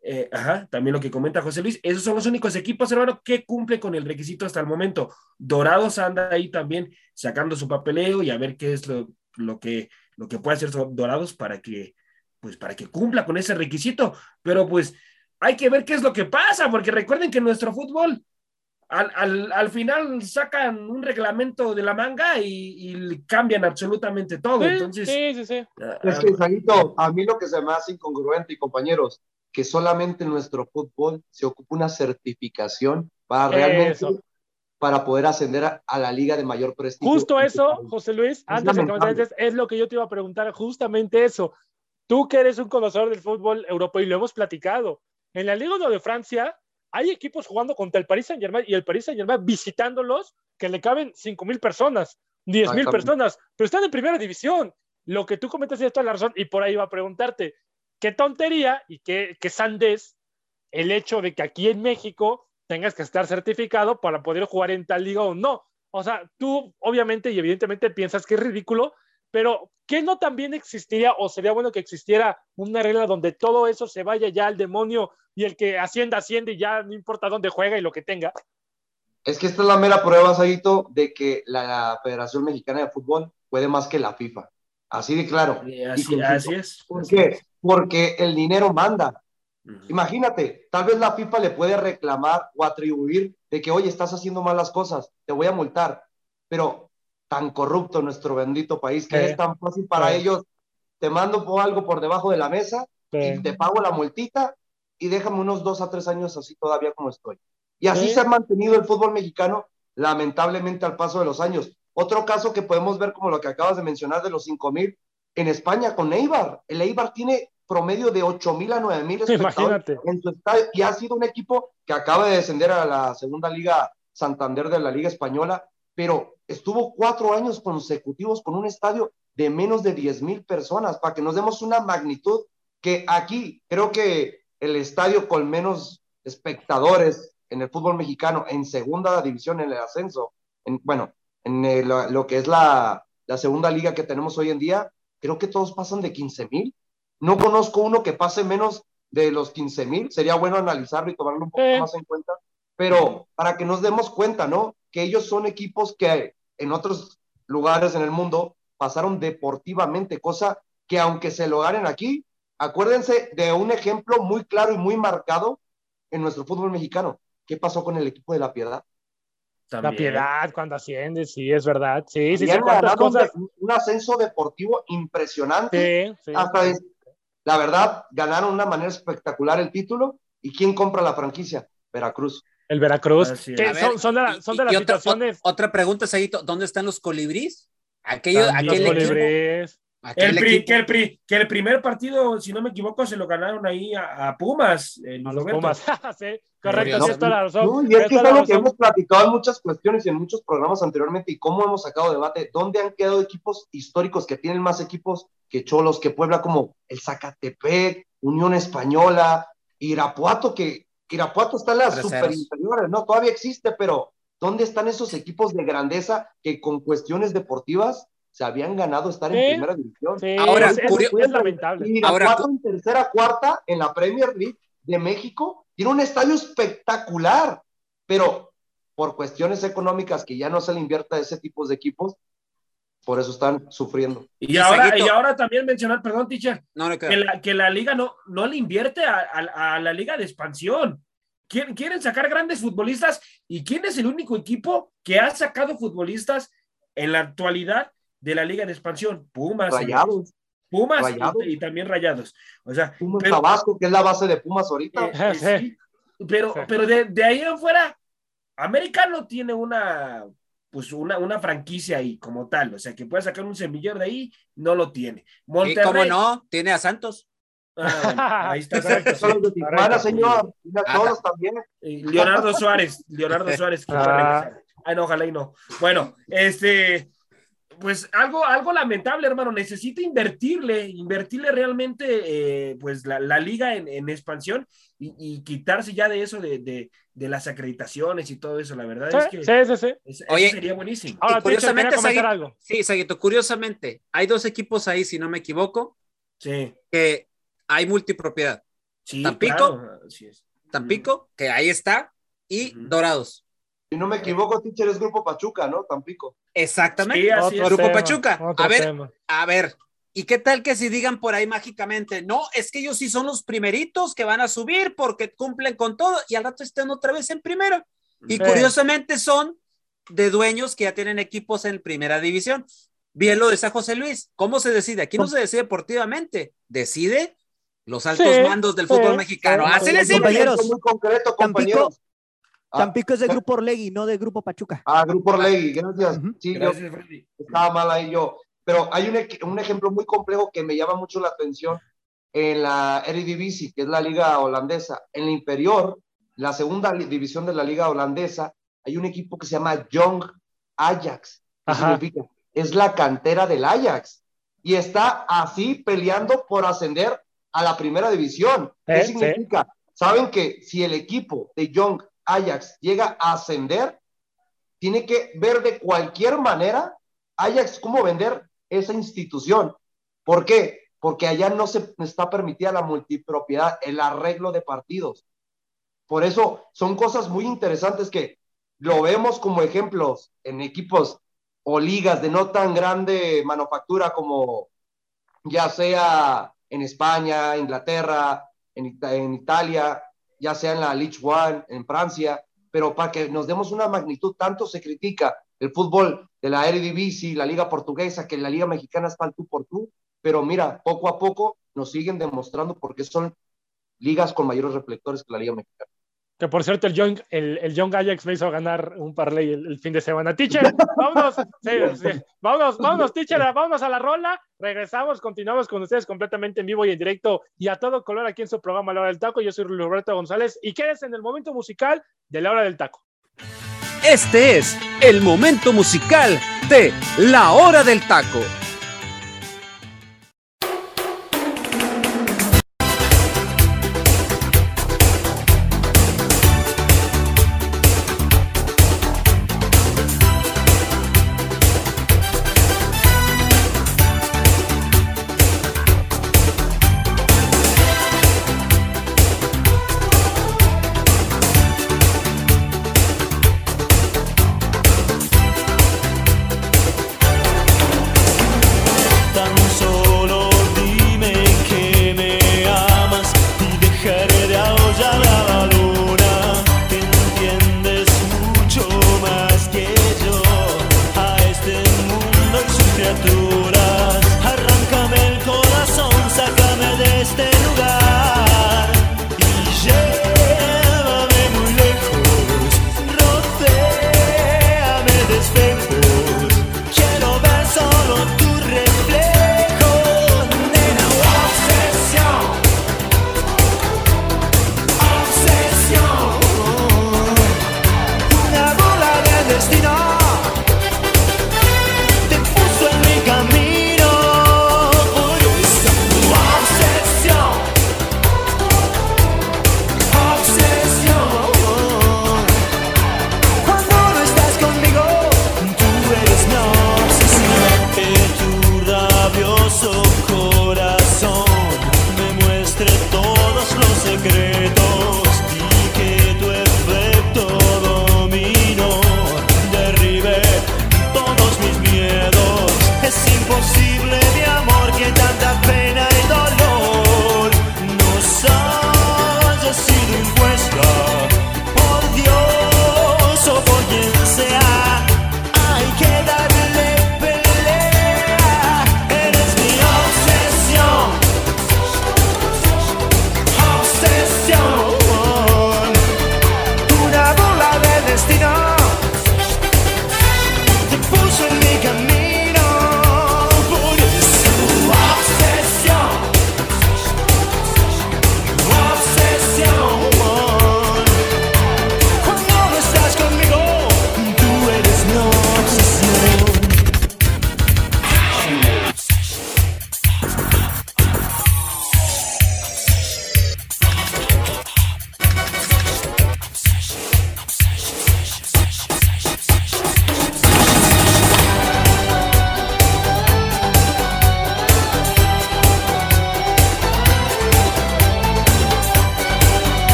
Eh, ajá, también lo que comenta José Luis, esos son los únicos equipos, hermano, que cumplen con el requisito hasta el momento. Dorados anda ahí también sacando su papeleo y a ver qué es lo, lo que, lo que puede hacer Dorados para que, pues, para que cumpla con ese requisito. Pero pues hay que ver qué es lo que pasa, porque recuerden que nuestro fútbol al, al, al final sacan un reglamento de la manga y, y cambian absolutamente todo. Sí, Entonces, sí, sí, sí. Es que, Saguito, a mí lo que se me hace incongruente, y compañeros, que solamente en nuestro fútbol se ocupa una certificación para realmente, Eso. para poder ascender a, a la liga de mayor prestigio. Justo eso, José Luis, Es antes de que me lamentable. dices, es lo que yo te iba a preguntar, justamente eso. Tú que eres un conocedor del fútbol europeo y lo hemos platicado, en la Liga uno de Francia hay equipos jugando contra el Paris Saint-Germain y el Paris Saint-Germain visitándolos que le caben cinco mil personas, diez mil personas, pero están en primera división. Lo que tú comentas es toda la razón y por ahí iba a preguntarte, qué tontería y qué, qué sandez el hecho de que aquí en México tengas que estar certificado para poder jugar en tal liga o no. O sea, tú obviamente y evidentemente piensas que es ridículo, pero ¿qué no también existiría o sería bueno que existiera una regla donde todo eso se vaya ya al demonio y el que ascienda, asciende y ya no importa dónde juega y lo que tenga? Es que esta es la mera prueba, Saguito, de que la Federación Mexicana de Fútbol puede más que la FIFA. Así de claro. Eh, así, y así es. ¿Por así qué? es. Porque el dinero manda. Uh-huh. Imagínate, tal vez la FIFA le puede reclamar o atribuir de que, oye, estás haciendo malas cosas, te voy a multar. Pero tan corrupto nuestro bendito país que Sí. es tan fácil para Sí. ellos, te mando por algo por debajo de la mesa Sí. y te pago la multita y déjame unos dos a tres años así todavía como estoy. Y así Sí. se ha mantenido el fútbol mexicano, lamentablemente, al paso de los años. Otro caso que podemos ver, como lo que acabas de mencionar de los cinco mil, en España con Eibar. El Eibar tiene promedio de ocho mil a nueve mil espectadores Imagínate. en su estadio y ha sido un equipo que acaba de descender a la segunda liga Santander de la Liga Española, pero estuvo cuatro años consecutivos con un estadio de menos de diez mil personas, para que nos demos una magnitud que aquí creo que el estadio con menos espectadores en el fútbol mexicano en segunda división, en el ascenso, en, bueno, en el, lo que es la, la segunda liga que tenemos hoy en día, creo que todos pasan de quince mil. No conozco uno que pase menos de los quince mil. Sería bueno analizarlo y tomarlo un poco Sí. más en cuenta, pero para que nos demos cuenta, ¿no? Que ellos son equipos que en otros lugares en el mundo pasaron deportivamente, cosa que aunque se lo ganen aquí, acuérdense de un ejemplo muy claro y muy marcado en nuestro fútbol mexicano. ¿Qué pasó con el equipo de La Piedad? La Piedad cuando asciende, sí, es verdad. Sí, sí, sí, Habían cuántas ganado cosas. un, un ascenso deportivo impresionante. Sí, sí. Hasta es, la verdad, ganaron de una manera espectacular el título. ¿Y quién compra la franquicia? Veracruz. El Veracruz. Así Que es. son, son de, la, son de y, las y otra, situaciones. o, otra pregunta, Saguito, ¿dónde están los colibríes? Aquello, También. aquel Los equipo, colibríes. aquel El pri, equipo. que, el pri, que el primer partido, si no me equivoco, se lo ganaron ahí a, a Pumas. Eh, A los Roberto. Pumas. Sí, correcto, No, sí, es toda la razón. No, y es que es toda la algo que razón. hemos platicado en muchas cuestiones y en muchos programas anteriormente y cómo hemos sacado debate. ¿Dónde han quedado equipos históricos que tienen más equipos que Cholos, que Puebla, como el Zacatepec, Unión Española, Irapuato, que Irapuato está en las super inferiores, ¿no? Todavía existe, pero ¿dónde están esos equipos de grandeza que con cuestiones deportivas se habían ganado estar Sí, en primera división? Sí, Ahora, es, es, curio- es lamentable. Y Irapuato Ahora, en tercera, cuarta en la Premier League de México tiene un estadio espectacular, pero por cuestiones económicas que ya no se le invierta a ese tipo de equipos, por eso están sufriendo. Y, Y ahora, Saguito- y ahora también mencionar, perdón, teacher, no, no, que la, que la liga no, no le invierte a, a, a la liga de expansión. Quieren, quieren sacar grandes futbolistas. ¿Y quién es el único equipo que ha sacado futbolistas en la actualidad de la liga de expansión? Pumas. Rayados. Señores. Pumas Rayados. Y, y también Rayados. O sea, Pumas pero, Tabasco, que es la base de Pumas ahorita. eh, eh, Sí. sí, pero, Sí. pero de, de ahí en fuera, América no tiene una, pues una, una franquicia ahí como tal. O sea, que pueda sacar un semillero de ahí, no lo tiene. ¿y Monterrey. cómo no? Tiene a Santos. Ah, bueno, ahí está. Correcto. Son los de Tijuana, Correcto. señor. Y a Ah, todos también. Eh, Leonardo Suárez, Leonardo Suárez, que puede Ah. regresar. Ay, no, ojalá y no. Bueno, este, pues algo, algo lamentable, hermano. Necesita invertirle, invertirle realmente, eh, pues la, la liga en, en expansión y, y quitarse ya de eso de, de, de las acreditaciones y todo eso. La verdad es Sí, que sí, sí, sí. es- Oye, eso sería buenísimo. Ahora, Y curiosamente, teacher, quería comentar Saguito- algo. Sí, Saguito, curiosamente, hay dos equipos ahí, si no me equivoco, Sí, que hay multipropiedad. Sí, Tampico, claro, así es. Tampico, que ahí está, y Ujú. Dorados. Si no me equivoco, teacher, es Grupo Pachuca, ¿no? Tampico. Exactamente. Sí, así Otro es. Grupo tema, Pachuca. otro A ver, tema. a ver. ¿Y qué tal que si digan por ahí mágicamente, no, es que ellos sí son los primeritos que van a subir porque cumplen con todo y al rato estén otra vez en primera? Y Sí. curiosamente son de dueños que ya tienen equipos en primera división. Bien lo decía José Luis. ¿Cómo se decide? Aquí no se decide deportivamente, decide los altos Sí, mandos del sí, fútbol mexicano. sí, Así sí. de Un simple. Compañeros, ejemplo muy concreto, Tampico, compañeros. Ah, Tampico es de Grupo Orlegui, no de Grupo Pachuca. Ah, Grupo Orlegui, gracias. Ujú. Sí, yo Gracias, Freddy. estaba mal ahí yo. Pero hay un, ej- un ejemplo muy complejo que me llama mucho la atención en la Eredivisie, que es la liga holandesa. En la inferior, la segunda li- división de la liga holandesa, hay un equipo que se llama Young Ajax. ¿Qué Ajá. significa? Es la cantera del Ajax. Y está así peleando por ascender a la primera división. ¿Qué Eh, sí. significa? Saben que si el equipo de Young Ajax llega a ascender, tiene que ver de cualquier manera Ajax cómo vender esa institución. ¿Por qué? Porque allá no se está permitida la multipropiedad, el arreglo de partidos. Por eso son cosas muy interesantes que lo vemos como ejemplos en equipos o ligas de no tan grande manufactura como ya sea en España, Inglaterra, en, en Italia, ya sea en la Ligue uno, en Francia, pero para que nos demos una magnitud, tanto se critica el fútbol de la Eredivisie, la Liga Portuguesa, que la Liga Mexicana está al tú por tú, pero mira, poco a poco nos siguen demostrando por qué son ligas con mayores reflectores que la Liga Mexicana. Que por cierto, el Young, el, el Young Ajax me hizo ganar un parlay el, el fin de semana. Teacher, vámonos, sí, sí, vámonos, vámonos, teacher, vámonos a la rola. Regresamos, continuamos con ustedes completamente en vivo y en directo y a todo color aquí en su programa La Hora del Taco. Yo soy Luis Roberto González y quédense en el momento musical de La Hora del Taco. Este es el momento musical de La Hora del Taco.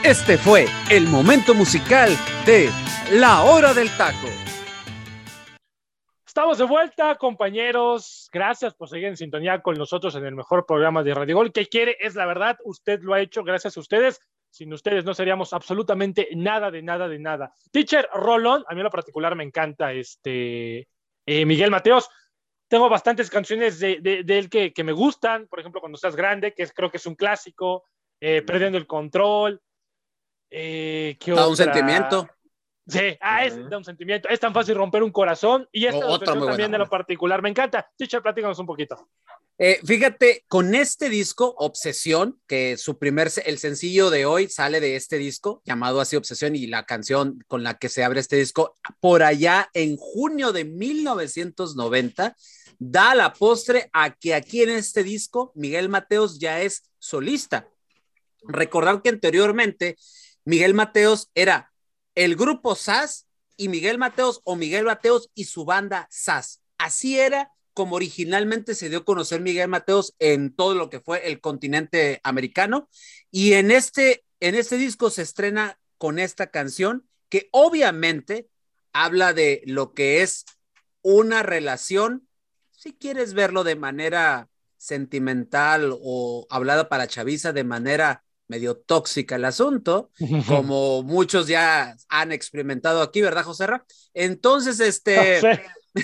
Este fue el momento musical de La Hora del Taco. Estamos de vuelta, compañeros. Gracias por seguir en sintonía con nosotros en el mejor programa de Radio Gol. ¿Qué quiere? Es la verdad, usted lo ha hecho, gracias a ustedes. Sin ustedes no seríamos absolutamente nada, de nada, de nada. Teacher Rolón, a mí en lo particular me encanta este, eh, Miguel Mateos. Tengo bastantes canciones de, de, de él que, que me gustan. Por ejemplo, Cuando Estás Grande, que es, creo que es un clásico. Eh, Perdiendo el Control. Eh, ¿qué Da otra? un sentimiento. Sí, ah, es da un sentimiento. Es tan fácil romper un corazón. Y esta Otra canción muy también buena. de lo particular me encanta. Teacher, platícanos un poquito. Eh, fíjate, con este disco, Obsesión, que su primer, el sencillo de hoy sale de este disco, llamado así Obsesión, y la canción con la que se abre este disco, por allá en junio de mil novecientos noventa, da la postre a que aquí en este disco Miguel Mateos ya es solista. Recordar que anteriormente Miguel Mateos era el grupo S A S y Miguel Mateos o Miguel Mateos y su banda S A S. Así era como originalmente se dio a conocer Miguel Mateos en todo lo que fue el continente americano, y en este, en este disco se estrena con esta canción que obviamente habla de lo que es una relación, si quieres verlo de manera sentimental o hablada para chaviza, de manera medio tóxica el asunto, como muchos ya han experimentado aquí, ¿verdad, Joserra? Entonces, este... No sé.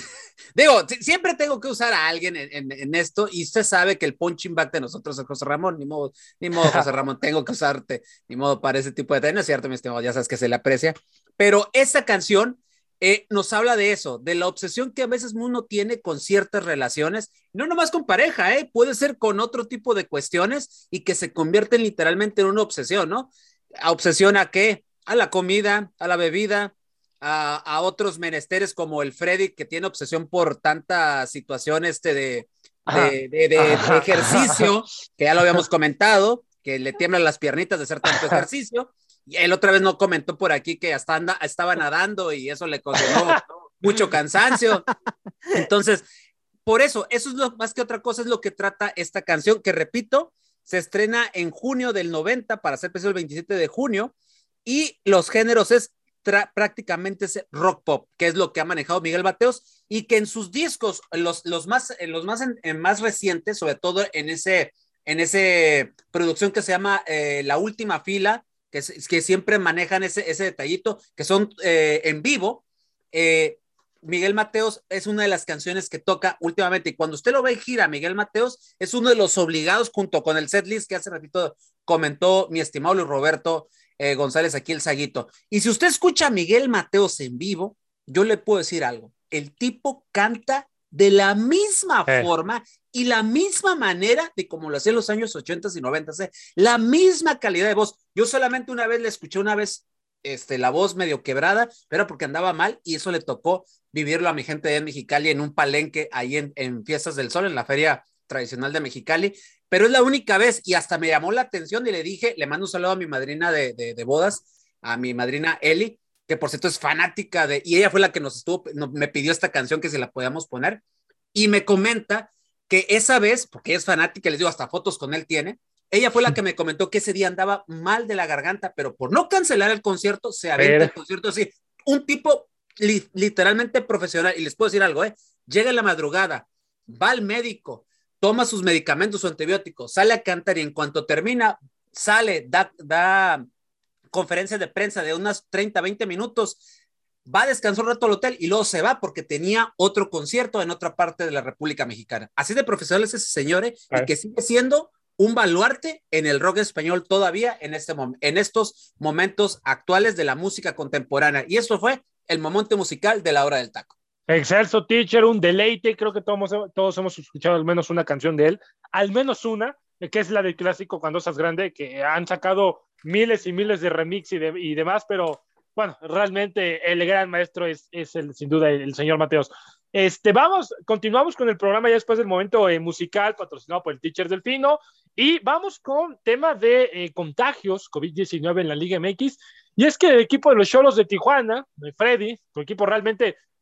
Digo, siempre tengo que usar a alguien en, en, en esto, y usted sabe que el punching back de nosotros es José Ramón, ni modo, ni modo, José Ramón, tengo que usarte, ni modo para ese tipo de temas, ¿no es cierto, mi estimado? Ya sabes que se le aprecia, pero esta canción eh, nos habla de eso, de la obsesión que a veces uno tiene con ciertas relaciones, no nomás con pareja, ¿eh? Puede ser con otro tipo de cuestiones y que se convierten literalmente en una obsesión, ¿no? ¿A obsesión a qué? A la comida, a la bebida, A, a otros menesteres como el Freddy, que tiene obsesión por tanta situación este de, de, de, de, de ejercicio, que ya lo habíamos comentado, que le tiemblan las piernitas de hacer tanto ejercicio, y él otra vez no comentó por aquí que hasta anda, estaba nadando y eso le ocasionó mucho cansancio. Entonces, por eso, eso es lo más que otra cosa, es lo que trata esta canción, que repito, se estrena en junio del noventa, para ser preciso el veintisiete de junio, y los géneros es prácticamente es rock pop, que es lo que ha manejado Miguel Mateos, y que en sus discos, los, los más, los más, en, en más recientes, sobre todo en ese, en ese producción que se llama eh, La Última Fila, que, que siempre manejan ese, ese detallito, que son eh, en vivo, eh, Miguel Mateos es una de las canciones que toca últimamente, y cuando usted lo ve en gira, Miguel Mateos es uno de los obligados, junto con el setlist que hace ratito comentó mi estimado Luis Roberto Eh, González, aquí el Saguito. Y si usted escucha a Miguel Mateos en vivo, yo le puedo decir algo, el tipo canta de la misma eh. forma y la misma manera de como lo hacía en los años ochentas y noventas, eh. la misma calidad de voz. Yo solamente una vez le escuché una vez este, la voz medio quebrada, pero porque andaba mal, y eso le tocó vivirlo a mi gente de Mexicali en un palenque ahí en, en Fiestas del Sol, en la feria tradicional de Mexicali, pero es la única vez, y hasta me llamó la atención y le dije, le mando un saludo a mi madrina de, de, de bodas, a mi madrina Eli, que por cierto es fanática de, y ella fue la que nos estuvo, no, me pidió esta canción que se la podíamos poner, y me comenta que esa vez, porque ella es fanática, les digo, hasta fotos con él tiene, ella fue la que me comentó que ese día andaba mal de la garganta, pero por no cancelar el concierto, se aventa el concierto así, un tipo li, literalmente profesional, y les puedo decir algo, eh, llega en la madrugada, va al médico, toma sus medicamentos, su antibiótico, sale a cantar, y en cuanto termina, sale, da, da conferencias de prensa de unas treinta, veinte minutos, va a descansar un rato al hotel y luego se va porque tenía otro concierto en otra parte de la República Mexicana. Así de profesional es ese señor, ¿eh? Y que sigue siendo un baluarte en el rock español todavía en, este mom- en estos momentos actuales de la música contemporánea. Y eso fue el momento musical de La Hora del Taco. Excelso, Teacher, un deleite. Creo que todos, todos hemos escuchado al menos una canción de él, al menos una, que es la del clásico Cuando Estás Grande, que han sacado miles y miles de remix y, de, y demás, pero bueno, realmente el gran maestro es, es el, sin duda el, el señor Mateos. Este, vamos, continuamos con el programa ya después del momento eh, musical patrocinado por el Teacher Delfino, y vamos con tema de eh, contagios COVID diecinueve en la Liga M X, y es que el equipo de los Xolos de Tijuana, de Freddy, tu equipo realmente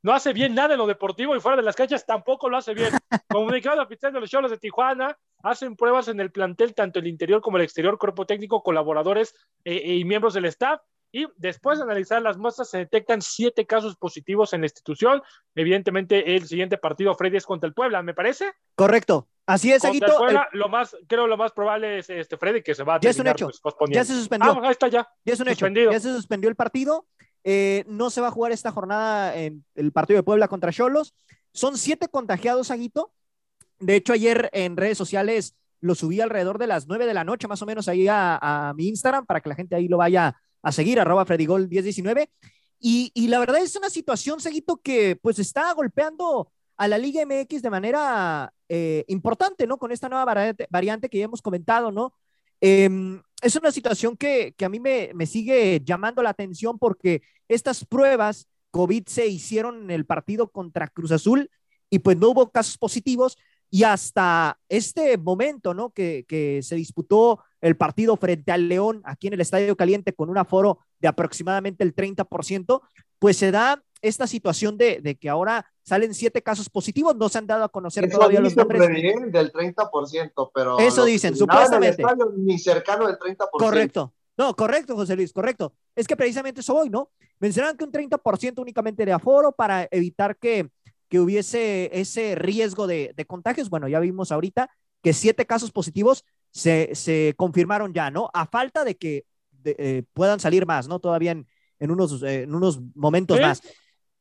no hace bien nada en lo deportivo y fuera de las canchas tampoco lo hace bien. Comunicado oficial de los Xolos de Tijuana, hacen pruebas en el plantel, tanto el interior como el exterior, cuerpo técnico, colaboradores eh, y miembros del staff, y después de analizar las muestras se detectan siete casos positivos en la institución. Evidentemente el siguiente partido, Freddy, es contra el Puebla, ¿me parece? Correcto, así es, Contra Aguito. el Puebla, el... lo más, creo lo más probable es este Freddy, que se va a ya es un terminar hecho, pues, posponiendo. ya se suspendió. Ah, ahí está ya. Ya es un suspendido. hecho, ya se suspendió el partido. Eh, no se va a jugar esta jornada en el partido de Puebla contra Xolos. Son siete contagiados, Aguito. De hecho, ayer en redes sociales lo subí alrededor de las nueve de la noche, más o menos, ahí a, a mi Instagram, para que la gente ahí lo vaya a seguir, arroba FreddyGol diez diecinueve. Y, y la verdad es una situación, Seguito, que pues está golpeando a la Liga M X de manera eh, importante, ¿no? Con esta nueva variante, variante que ya hemos comentado, ¿no? Eh, es una situación que, que a mí me, me sigue llamando la atención porque estas pruebas COVID se hicieron en el partido contra Cruz Azul y pues no hubo casos positivos y hasta este momento, ¿no? Que, que se disputó el partido frente al León aquí en el Estadio Caliente con un aforo de aproximadamente el treinta por ciento, pues se da esta situación de, de que ahora salen siete casos positivos, no se han dado a conocer Eso todavía dice los nombres. Freddy, del treinta por ciento, pero eso dicen, supuestamente. En el estadio, ni cercano del treinta por ciento. Correcto. No, correcto, José Luis, correcto. Es que precisamente eso hoy, ¿no? Mencionaban que un treinta por ciento únicamente de aforo para evitar que, que hubiese ese riesgo de, de contagios. Bueno, ya vimos ahorita que siete casos positivos se, se confirmaron ya, ¿no? A falta de que de, eh, puedan salir más, ¿no? Todavía en, en, unos, eh, en unos momentos ¿Eh? más.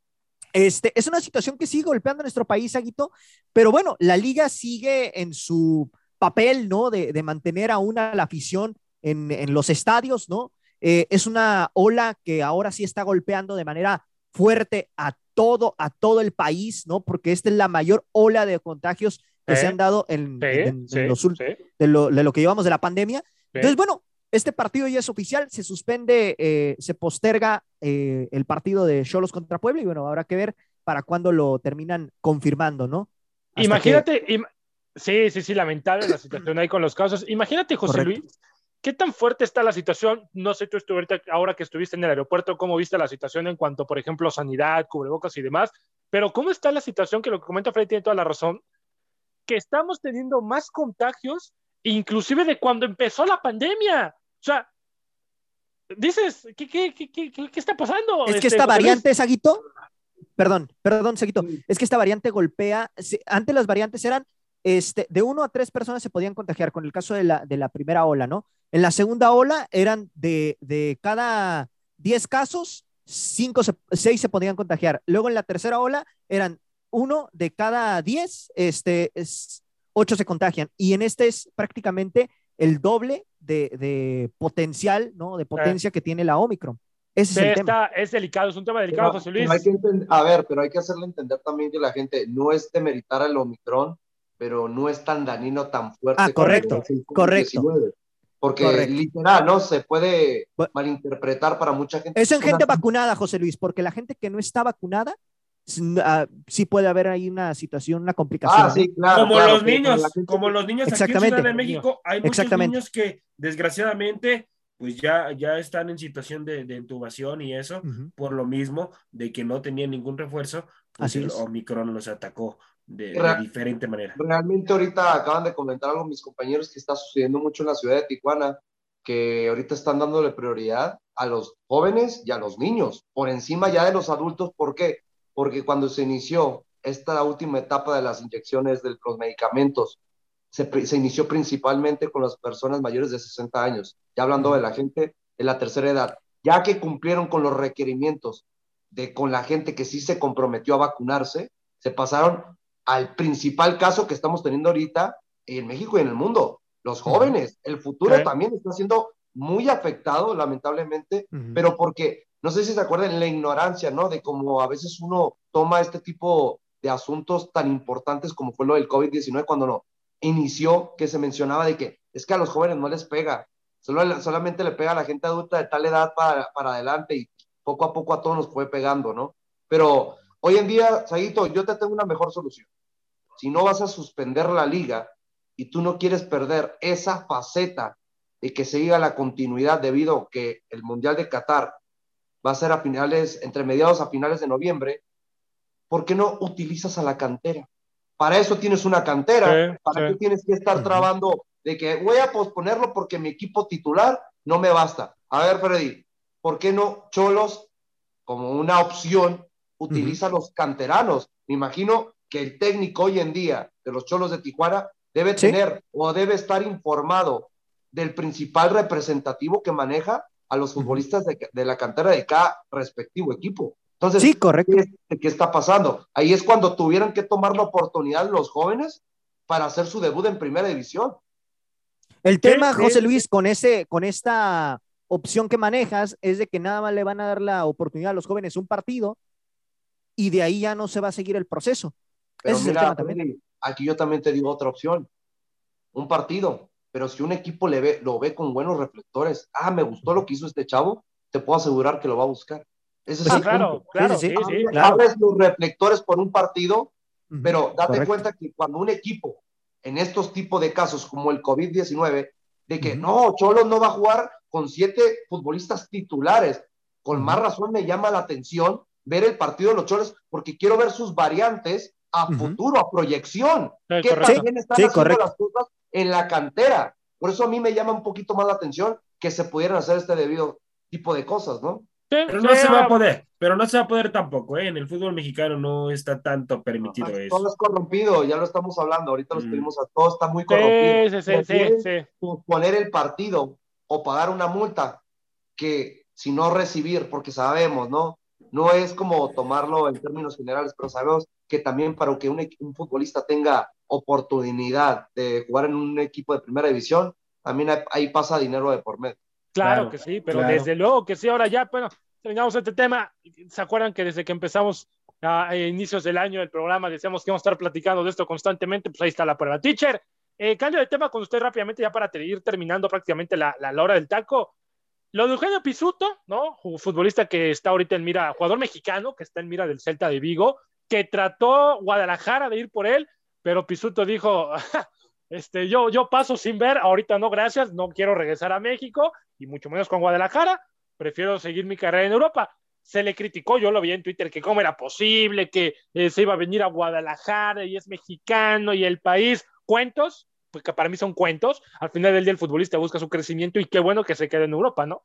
Este, es una situación que sigue golpeando a nuestro país, Aguito, pero bueno, la liga sigue en su papel, ¿no? De, de mantener aún a la afición en, en los estadios, ¿no? Eh, es una ola que ahora sí está golpeando de manera fuerte a todo, a todo el país, ¿no? Porque esta es la mayor ola de contagios que sí, se han dado en, sí, en, en, sí, en los sí. de, lo, de lo que llevamos de la pandemia. Sí. Entonces, bueno, este partido ya es oficial, se suspende, eh, se posterga eh, el partido de Xolos contra Puebla y bueno, habrá que ver para cuándo lo terminan confirmando, ¿no? Hasta Imagínate, que... im sí, sí, sí, lamentable la situación ahí con los casos. Imagínate, José Correcto. Luis, ¿qué tan fuerte está la situación? No sé, tú estuviste, ahora que estuviste en el aeropuerto, ¿cómo viste la situación en cuanto, por ejemplo, sanidad, cubrebocas y demás? Pero ¿cómo está la situación? Que lo que comenta Freddy tiene toda la razón, que estamos teniendo más contagios, inclusive de cuando empezó la pandemia. O sea, dices, ¿qué, qué, qué, qué, qué está pasando? Es que este, esta variante, Saguito, perdón, perdón, Saguito, es que esta variante golpea, antes las variantes eran este, de uno a tres personas se podían contagiar, con el caso de la, de la primera ola, ¿no? En la segunda ola eran de, de cada diez casos, cinco se, seis se podían contagiar. Luego en la tercera ola eran uno de cada diez, este, es, ocho se contagian. Y en este es prácticamente el doble de, de potencial, ¿no? De potencia eh. que tiene la Omicron. Ese es el Esta, tema. Es delicado, es un tema delicado, pero, José Luis. Pero hay que entender, a ver, pero hay que hacerle entender también que la gente no es demeritar al Omicron, pero no es tan dañino, tan fuerte. Ah, correcto, el correcto. Porque correcto. literal, ¿no? Se puede bueno, malinterpretar para mucha gente. Eso en gente una... vacunada, José Luis, porque la gente que no está vacunada, uh, sí puede haber ahí una situación, una complicación. Ah, sí, claro. Como claro, los niños, gente... como los niños aquí en Ciudad de México, hay muchos niños que desgraciadamente pues ya, ya están en situación de, de intubación y eso, uh-huh. por lo mismo de que no tenían ningún refuerzo, pues Así el es. Omicron los atacó de, de diferente manera. Realmente ahorita acaban de comentar algo mis compañeros que está sucediendo mucho en la ciudad de Tijuana, que ahorita están dándole prioridad a los jóvenes y a los niños, por encima ya de los adultos. ¿Por qué? Porque cuando se inició esta última etapa de las inyecciones de los medicamentos, se, se inició principalmente con las personas mayores de sesenta años, ya hablando de la gente de la tercera edad, ya que cumplieron con los requerimientos de con la gente que sí se comprometió a vacunarse, se pasaron al principal caso que estamos teniendo ahorita en México y en el mundo, los jóvenes. El futuro ¿Qué? También está siendo muy afectado, lamentablemente, uh-huh. pero porque, no sé si se acuerdan, la ignorancia, ¿no? De cómo a veces uno toma este tipo de asuntos tan importantes como fue lo del COVID diecinueve cuando no inició, que se mencionaba de que es que a los jóvenes no les pega, solo, solamente le pega a la gente adulta de tal edad para, para adelante y poco a poco a todos nos fue pegando, ¿no? Pero hoy en día, Saguito, yo te tengo una mejor solución. Si no vas a suspender la liga y tú no quieres perder esa faceta de que siga la continuidad debido a que el Mundial de Qatar va a ser a finales, entre mediados a finales de noviembre, ¿por qué no utilizas a la cantera? Para eso tienes una cantera, Sí, ¿para sí. qué tienes que estar trabando de que voy a posponerlo porque mi equipo titular no me basta? A ver, Freddy, ¿por qué no Cholos, como una opción, utiliza a los canteranos? Me imagino que el técnico hoy en día de los Cholos de Tijuana debe Sí. tener o debe estar informado del principal representativo que maneja a los futbolistas de, de la cantera de cada respectivo equipo. Entonces, Sí, correcto. ¿qué, ¿qué está pasando? Ahí es cuando tuvieran que tomar la oportunidad los jóvenes para hacer su debut en primera división. El tema, sí, José sí, Luis, sí. con ese, con esta opción que manejas, es de que nada más le van a dar la oportunidad a los jóvenes un partido y de ahí ya no se va a seguir el proceso. Pero Ese es el mira, tema también. Freddy, aquí yo también te digo otra opción, un partido, pero si un equipo le ve, lo ve con buenos reflectores, ah, me gustó lo que hizo este chavo, te puedo asegurar que lo va a buscar. Ese Pues es Ah, sí, el punto. claro, claro, sí, sí, sí, sí, sí. claro. Abres los reflectores por un partido, Ujú, pero date correcto. cuenta que cuando un equipo, en estos tipos de casos como el COVID diecinueve, de que Ujú. no, Cholos no va a jugar con siete futbolistas titulares, con Ujú. más razón me llama la atención ver el partido de los Cholos porque quiero ver sus variantes a Ujú. futuro, a proyección, Sí, que correcto. también están Sí, haciendo correcto. las cosas en la cantera. Por eso a mí me llama un poquito más la atención que se pudieran hacer este debido tipo de cosas, ¿no? Sí, Pero sí, no se va a ahora, poder, pero no se va a poder tampoco, ¿eh? En el fútbol mexicano no está tanto permitido Todo eso. es corrompido, ya lo estamos hablando, ahorita lo Mm. estuvimos, todo está muy corrompido. sí, sí, sí, No sí, pueden sí. posponer el partido o pagar una multa que si no recibir, porque sabemos, ¿no? No es como tomarlo en términos generales, pero sabemos que también para que un, un futbolista tenga oportunidad de jugar en un equipo de primera división, también hay- ahí pasa dinero de por medio. Claro Claro, que sí, pero claro. desde luego que sí. Ahora ya, bueno, terminamos este tema. ¿Se acuerdan que desde que empezamos a, a inicios del año el programa decíamos que íbamos a estar platicando de esto constantemente? Pues ahí está la prueba. Teacher, eh, cambio de tema con usted rápidamente ya para ir terminando prácticamente la, la, la hora del taco. Lo de Eugenio Pisuto, ¿no? Futbolista que está ahorita en mira, jugador mexicano que está en mira del Celta de Vigo, que trató Guadalajara de ir por él, pero Pisuto dijo, este, yo, yo paso sin ver, ahorita no, gracias, no quiero regresar a México, y mucho menos con Guadalajara, prefiero seguir mi carrera en Europa. Se le criticó, yo lo vi en Twitter, que cómo era posible que eh, se iba a venir a Guadalajara y es mexicano y el país, cuentos, pues que para mí son cuentos. Al final del día el futbolista busca su crecimiento y qué bueno que se quede en Europa, ¿no?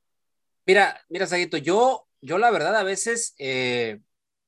Mira, mira, Saguito, yo, yo la verdad a veces, eh,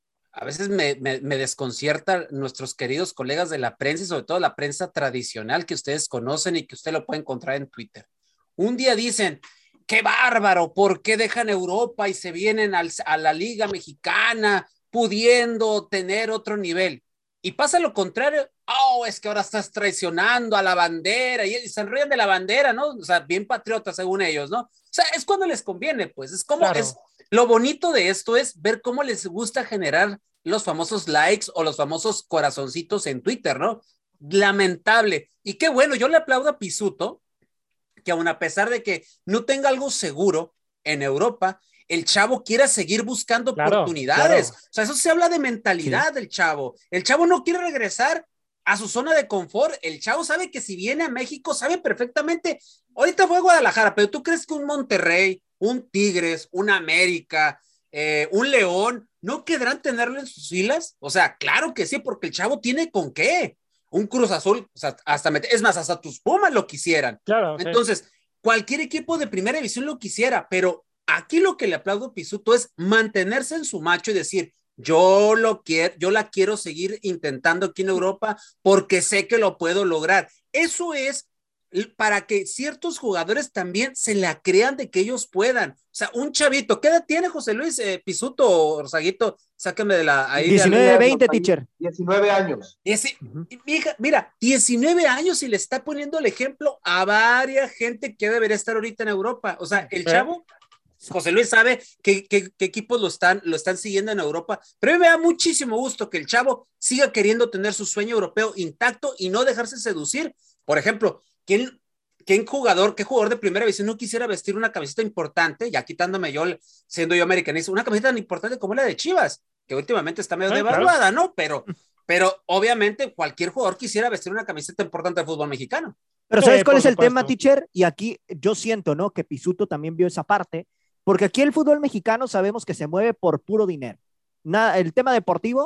a veces me, me, me desconcierta nuestros queridos colegas de la prensa y sobre todo la prensa tradicional que ustedes conocen y que usted lo puede encontrar en Twitter. Un día dicen, qué bárbaro, ¿por qué dejan Europa y se vienen al, a la Liga Mexicana pudiendo tener otro nivel? Y pasa lo contrario, oh, es que ahora estás traicionando a la bandera y, y se enrollan de la bandera, ¿no? O sea, bien patriotas según ellos, ¿no? O sea, es cuando les conviene, pues, es como, Claro. es, lo bonito de esto es ver cómo les gusta generar los famosos likes o los famosos corazoncitos en Twitter, ¿no? Lamentable. Y qué bueno, yo le aplaudo a Pisuto, que aun a pesar de que no tenga algo seguro en Europa, el chavo quiera seguir buscando Claro, oportunidades. claro. O sea, eso se habla de Sí. mentalidad del chavo. El chavo no quiere regresar a su zona de confort. El chavo sabe que si viene a México, sabe perfectamente. Ahorita fue a Guadalajara, pero ¿tú crees que un Monterrey, un Tigres, un América, eh, un León, no querrán tenerlo en sus filas? O sea, claro que sí, porque el chavo tiene con qué. Un Cruz Azul, o sea, hasta meter, es más, hasta tus Pumas lo quisieran. Claro, sí. Entonces, cualquier equipo de primera división lo quisiera, pero aquí lo que le aplaudo a Pisuto es mantenerse en su macho y decir, yo lo quiero, yo la quiero seguir intentando aquí en Europa porque sé que lo puedo lograr. Eso es para que ciertos jugadores también se la crean de que ellos puedan. O sea, un chavito, ¿qué edad tiene José Luis eh, Pisuto o Rosaguito? Sáquenme de la ahí de diecinueve, al... veinte, teacher. diecinueve años. Ese, Ujú. mira, mira, diecinueve años y le está poniendo el ejemplo a varias gente que debería estar ahorita en Europa. O sea, el ¿Eh? chavo, José Luis sabe qué, qué, qué equipos lo están, lo están siguiendo en Europa, pero a mí me da muchísimo gusto que el chavo siga queriendo tener su sueño europeo intacto y no dejarse seducir. Por ejemplo, ¿quién, ¿quién jugador, qué jugador de primera división no quisiera vestir una camiseta importante, ya quitándome yo, siendo yo americanista, una camiseta tan importante como la de Chivas, que últimamente está medio Sí, devaluada, claro. ¿no? Pero, pero obviamente cualquier jugador quisiera vestir una camiseta importante del fútbol mexicano. Pero Sí, ¿sabes cuál por es el tema, supuesto. teacher? Y aquí yo siento, ¿no? Que Pisuto también vio esa parte, porque aquí el fútbol mexicano sabemos que se mueve por puro dinero. Nada, el tema deportivo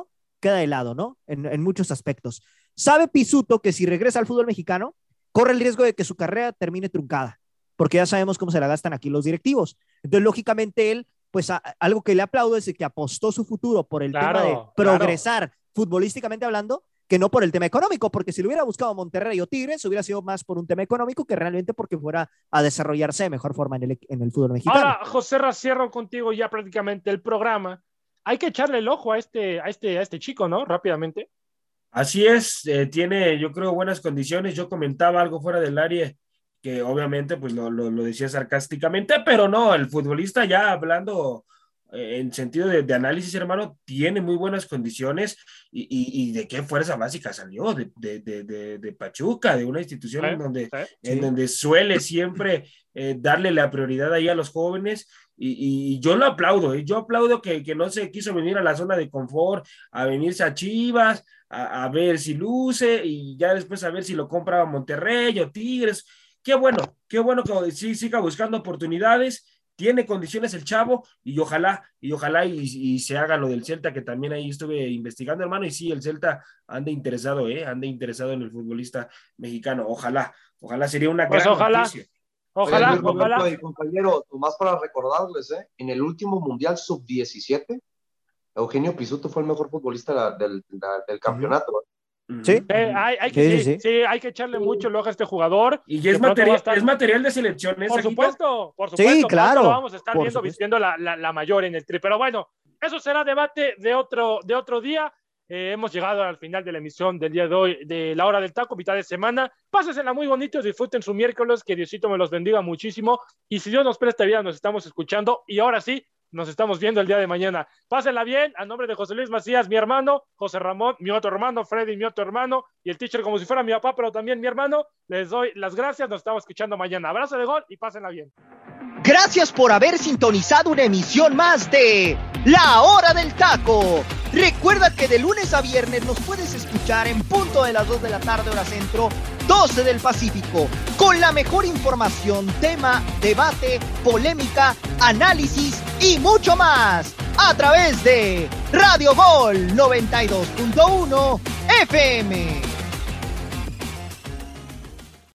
queda de lado, ¿no? En, en muchos aspectos. Sabe Pizzuto que si regresa al fútbol mexicano, corre el riesgo de que su carrera termine truncada, porque ya sabemos cómo se la gastan aquí los directivos. Entonces, lógicamente, él, pues a, algo que le aplaudo es que apostó su futuro por el Claro, tema de progresar claro. futbolísticamente hablando, que no por el tema económico, porque si lo hubiera buscado Monterrey o Tigres, hubiera sido más por un tema económico que realmente porque fuera a desarrollarse de mejor forma en el, en el fútbol mexicano. Ahora, José Ra, cierro contigo ya prácticamente el programa. Hay que echarle el ojo a este, a este, a este chico, ¿no? Rápidamente. Así es, eh, tiene, yo creo, buenas condiciones. Yo comentaba algo fuera del área que obviamente pues lo, lo, lo decía sarcásticamente, pero no, el futbolista ya hablando eh, en sentido de, de análisis, hermano, tiene muy buenas condiciones y, y, y de qué fuerza básica salió, de, de, de, de, de Pachuca, de una institución sí, en, donde, sí. en donde suele siempre eh, darle la prioridad ahí a los jóvenes. Y, y yo lo aplaudo, ¿eh? Yo aplaudo que, que no se quiso venir a la zona de confort, a venirse a Chivas, a, a ver si luce y ya después a ver si lo compra Monterrey o Tigres. Qué bueno, qué bueno que sí siga buscando oportunidades, tiene condiciones el chavo y ojalá, y ojalá y, y se haga lo del Celta, que también ahí estuve investigando, hermano, y sí, el Celta anda interesado, ¿eh? Anda interesado en el futbolista mexicano, ojalá, ojalá sería una pues gran ojalá. noticia. Ojalá, Oye, Luis, ojalá. Roberto y compañero, más para recordarles, ¿eh? En el último Mundial sub diecisiete, Eugenio Pizzuto fue el mejor futbolista del, del, del campeonato. Sí, sí, hay, hay que, sí, sí, sí. sí, hay que echarle mucho el ojo a este jugador. Y es material, estar... es material de selecciones. Por supuesto, por supuesto. Sí, claro. Lo vamos a estar viendo supuesto. vistiendo la, la, la mayor en el tri. Pero bueno, eso será debate de otro, de otro día. Eh, hemos llegado al final de la emisión del día de hoy de La Hora del Taco, mitad de semana. Pásensela muy bonito, disfruten su miércoles, que Diosito me los bendiga muchísimo. Y si Dios nos presta vida, nos estamos escuchando. Y ahora sí, nos estamos viendo el día de mañana. Pásenla bien, a nombre de José Luis Macías, mi hermano, José Ramón, mi otro hermano, Freddy, mi otro hermano, y el teacher como si fuera mi papá, pero también mi hermano. Les doy las gracias, nos estamos escuchando mañana. Abrazo de gol y pásenla bien. Gracias por haber sintonizado una emisión más de La Hora del Taco. Recuerda que de lunes a viernes nos puedes escuchar en punto de las dos de la tarde, hora centro, doce del Pacífico, con la mejor información, tema, debate, polémica, análisis y mucho más, a través de Radio Gol noventa y dos punto uno F M.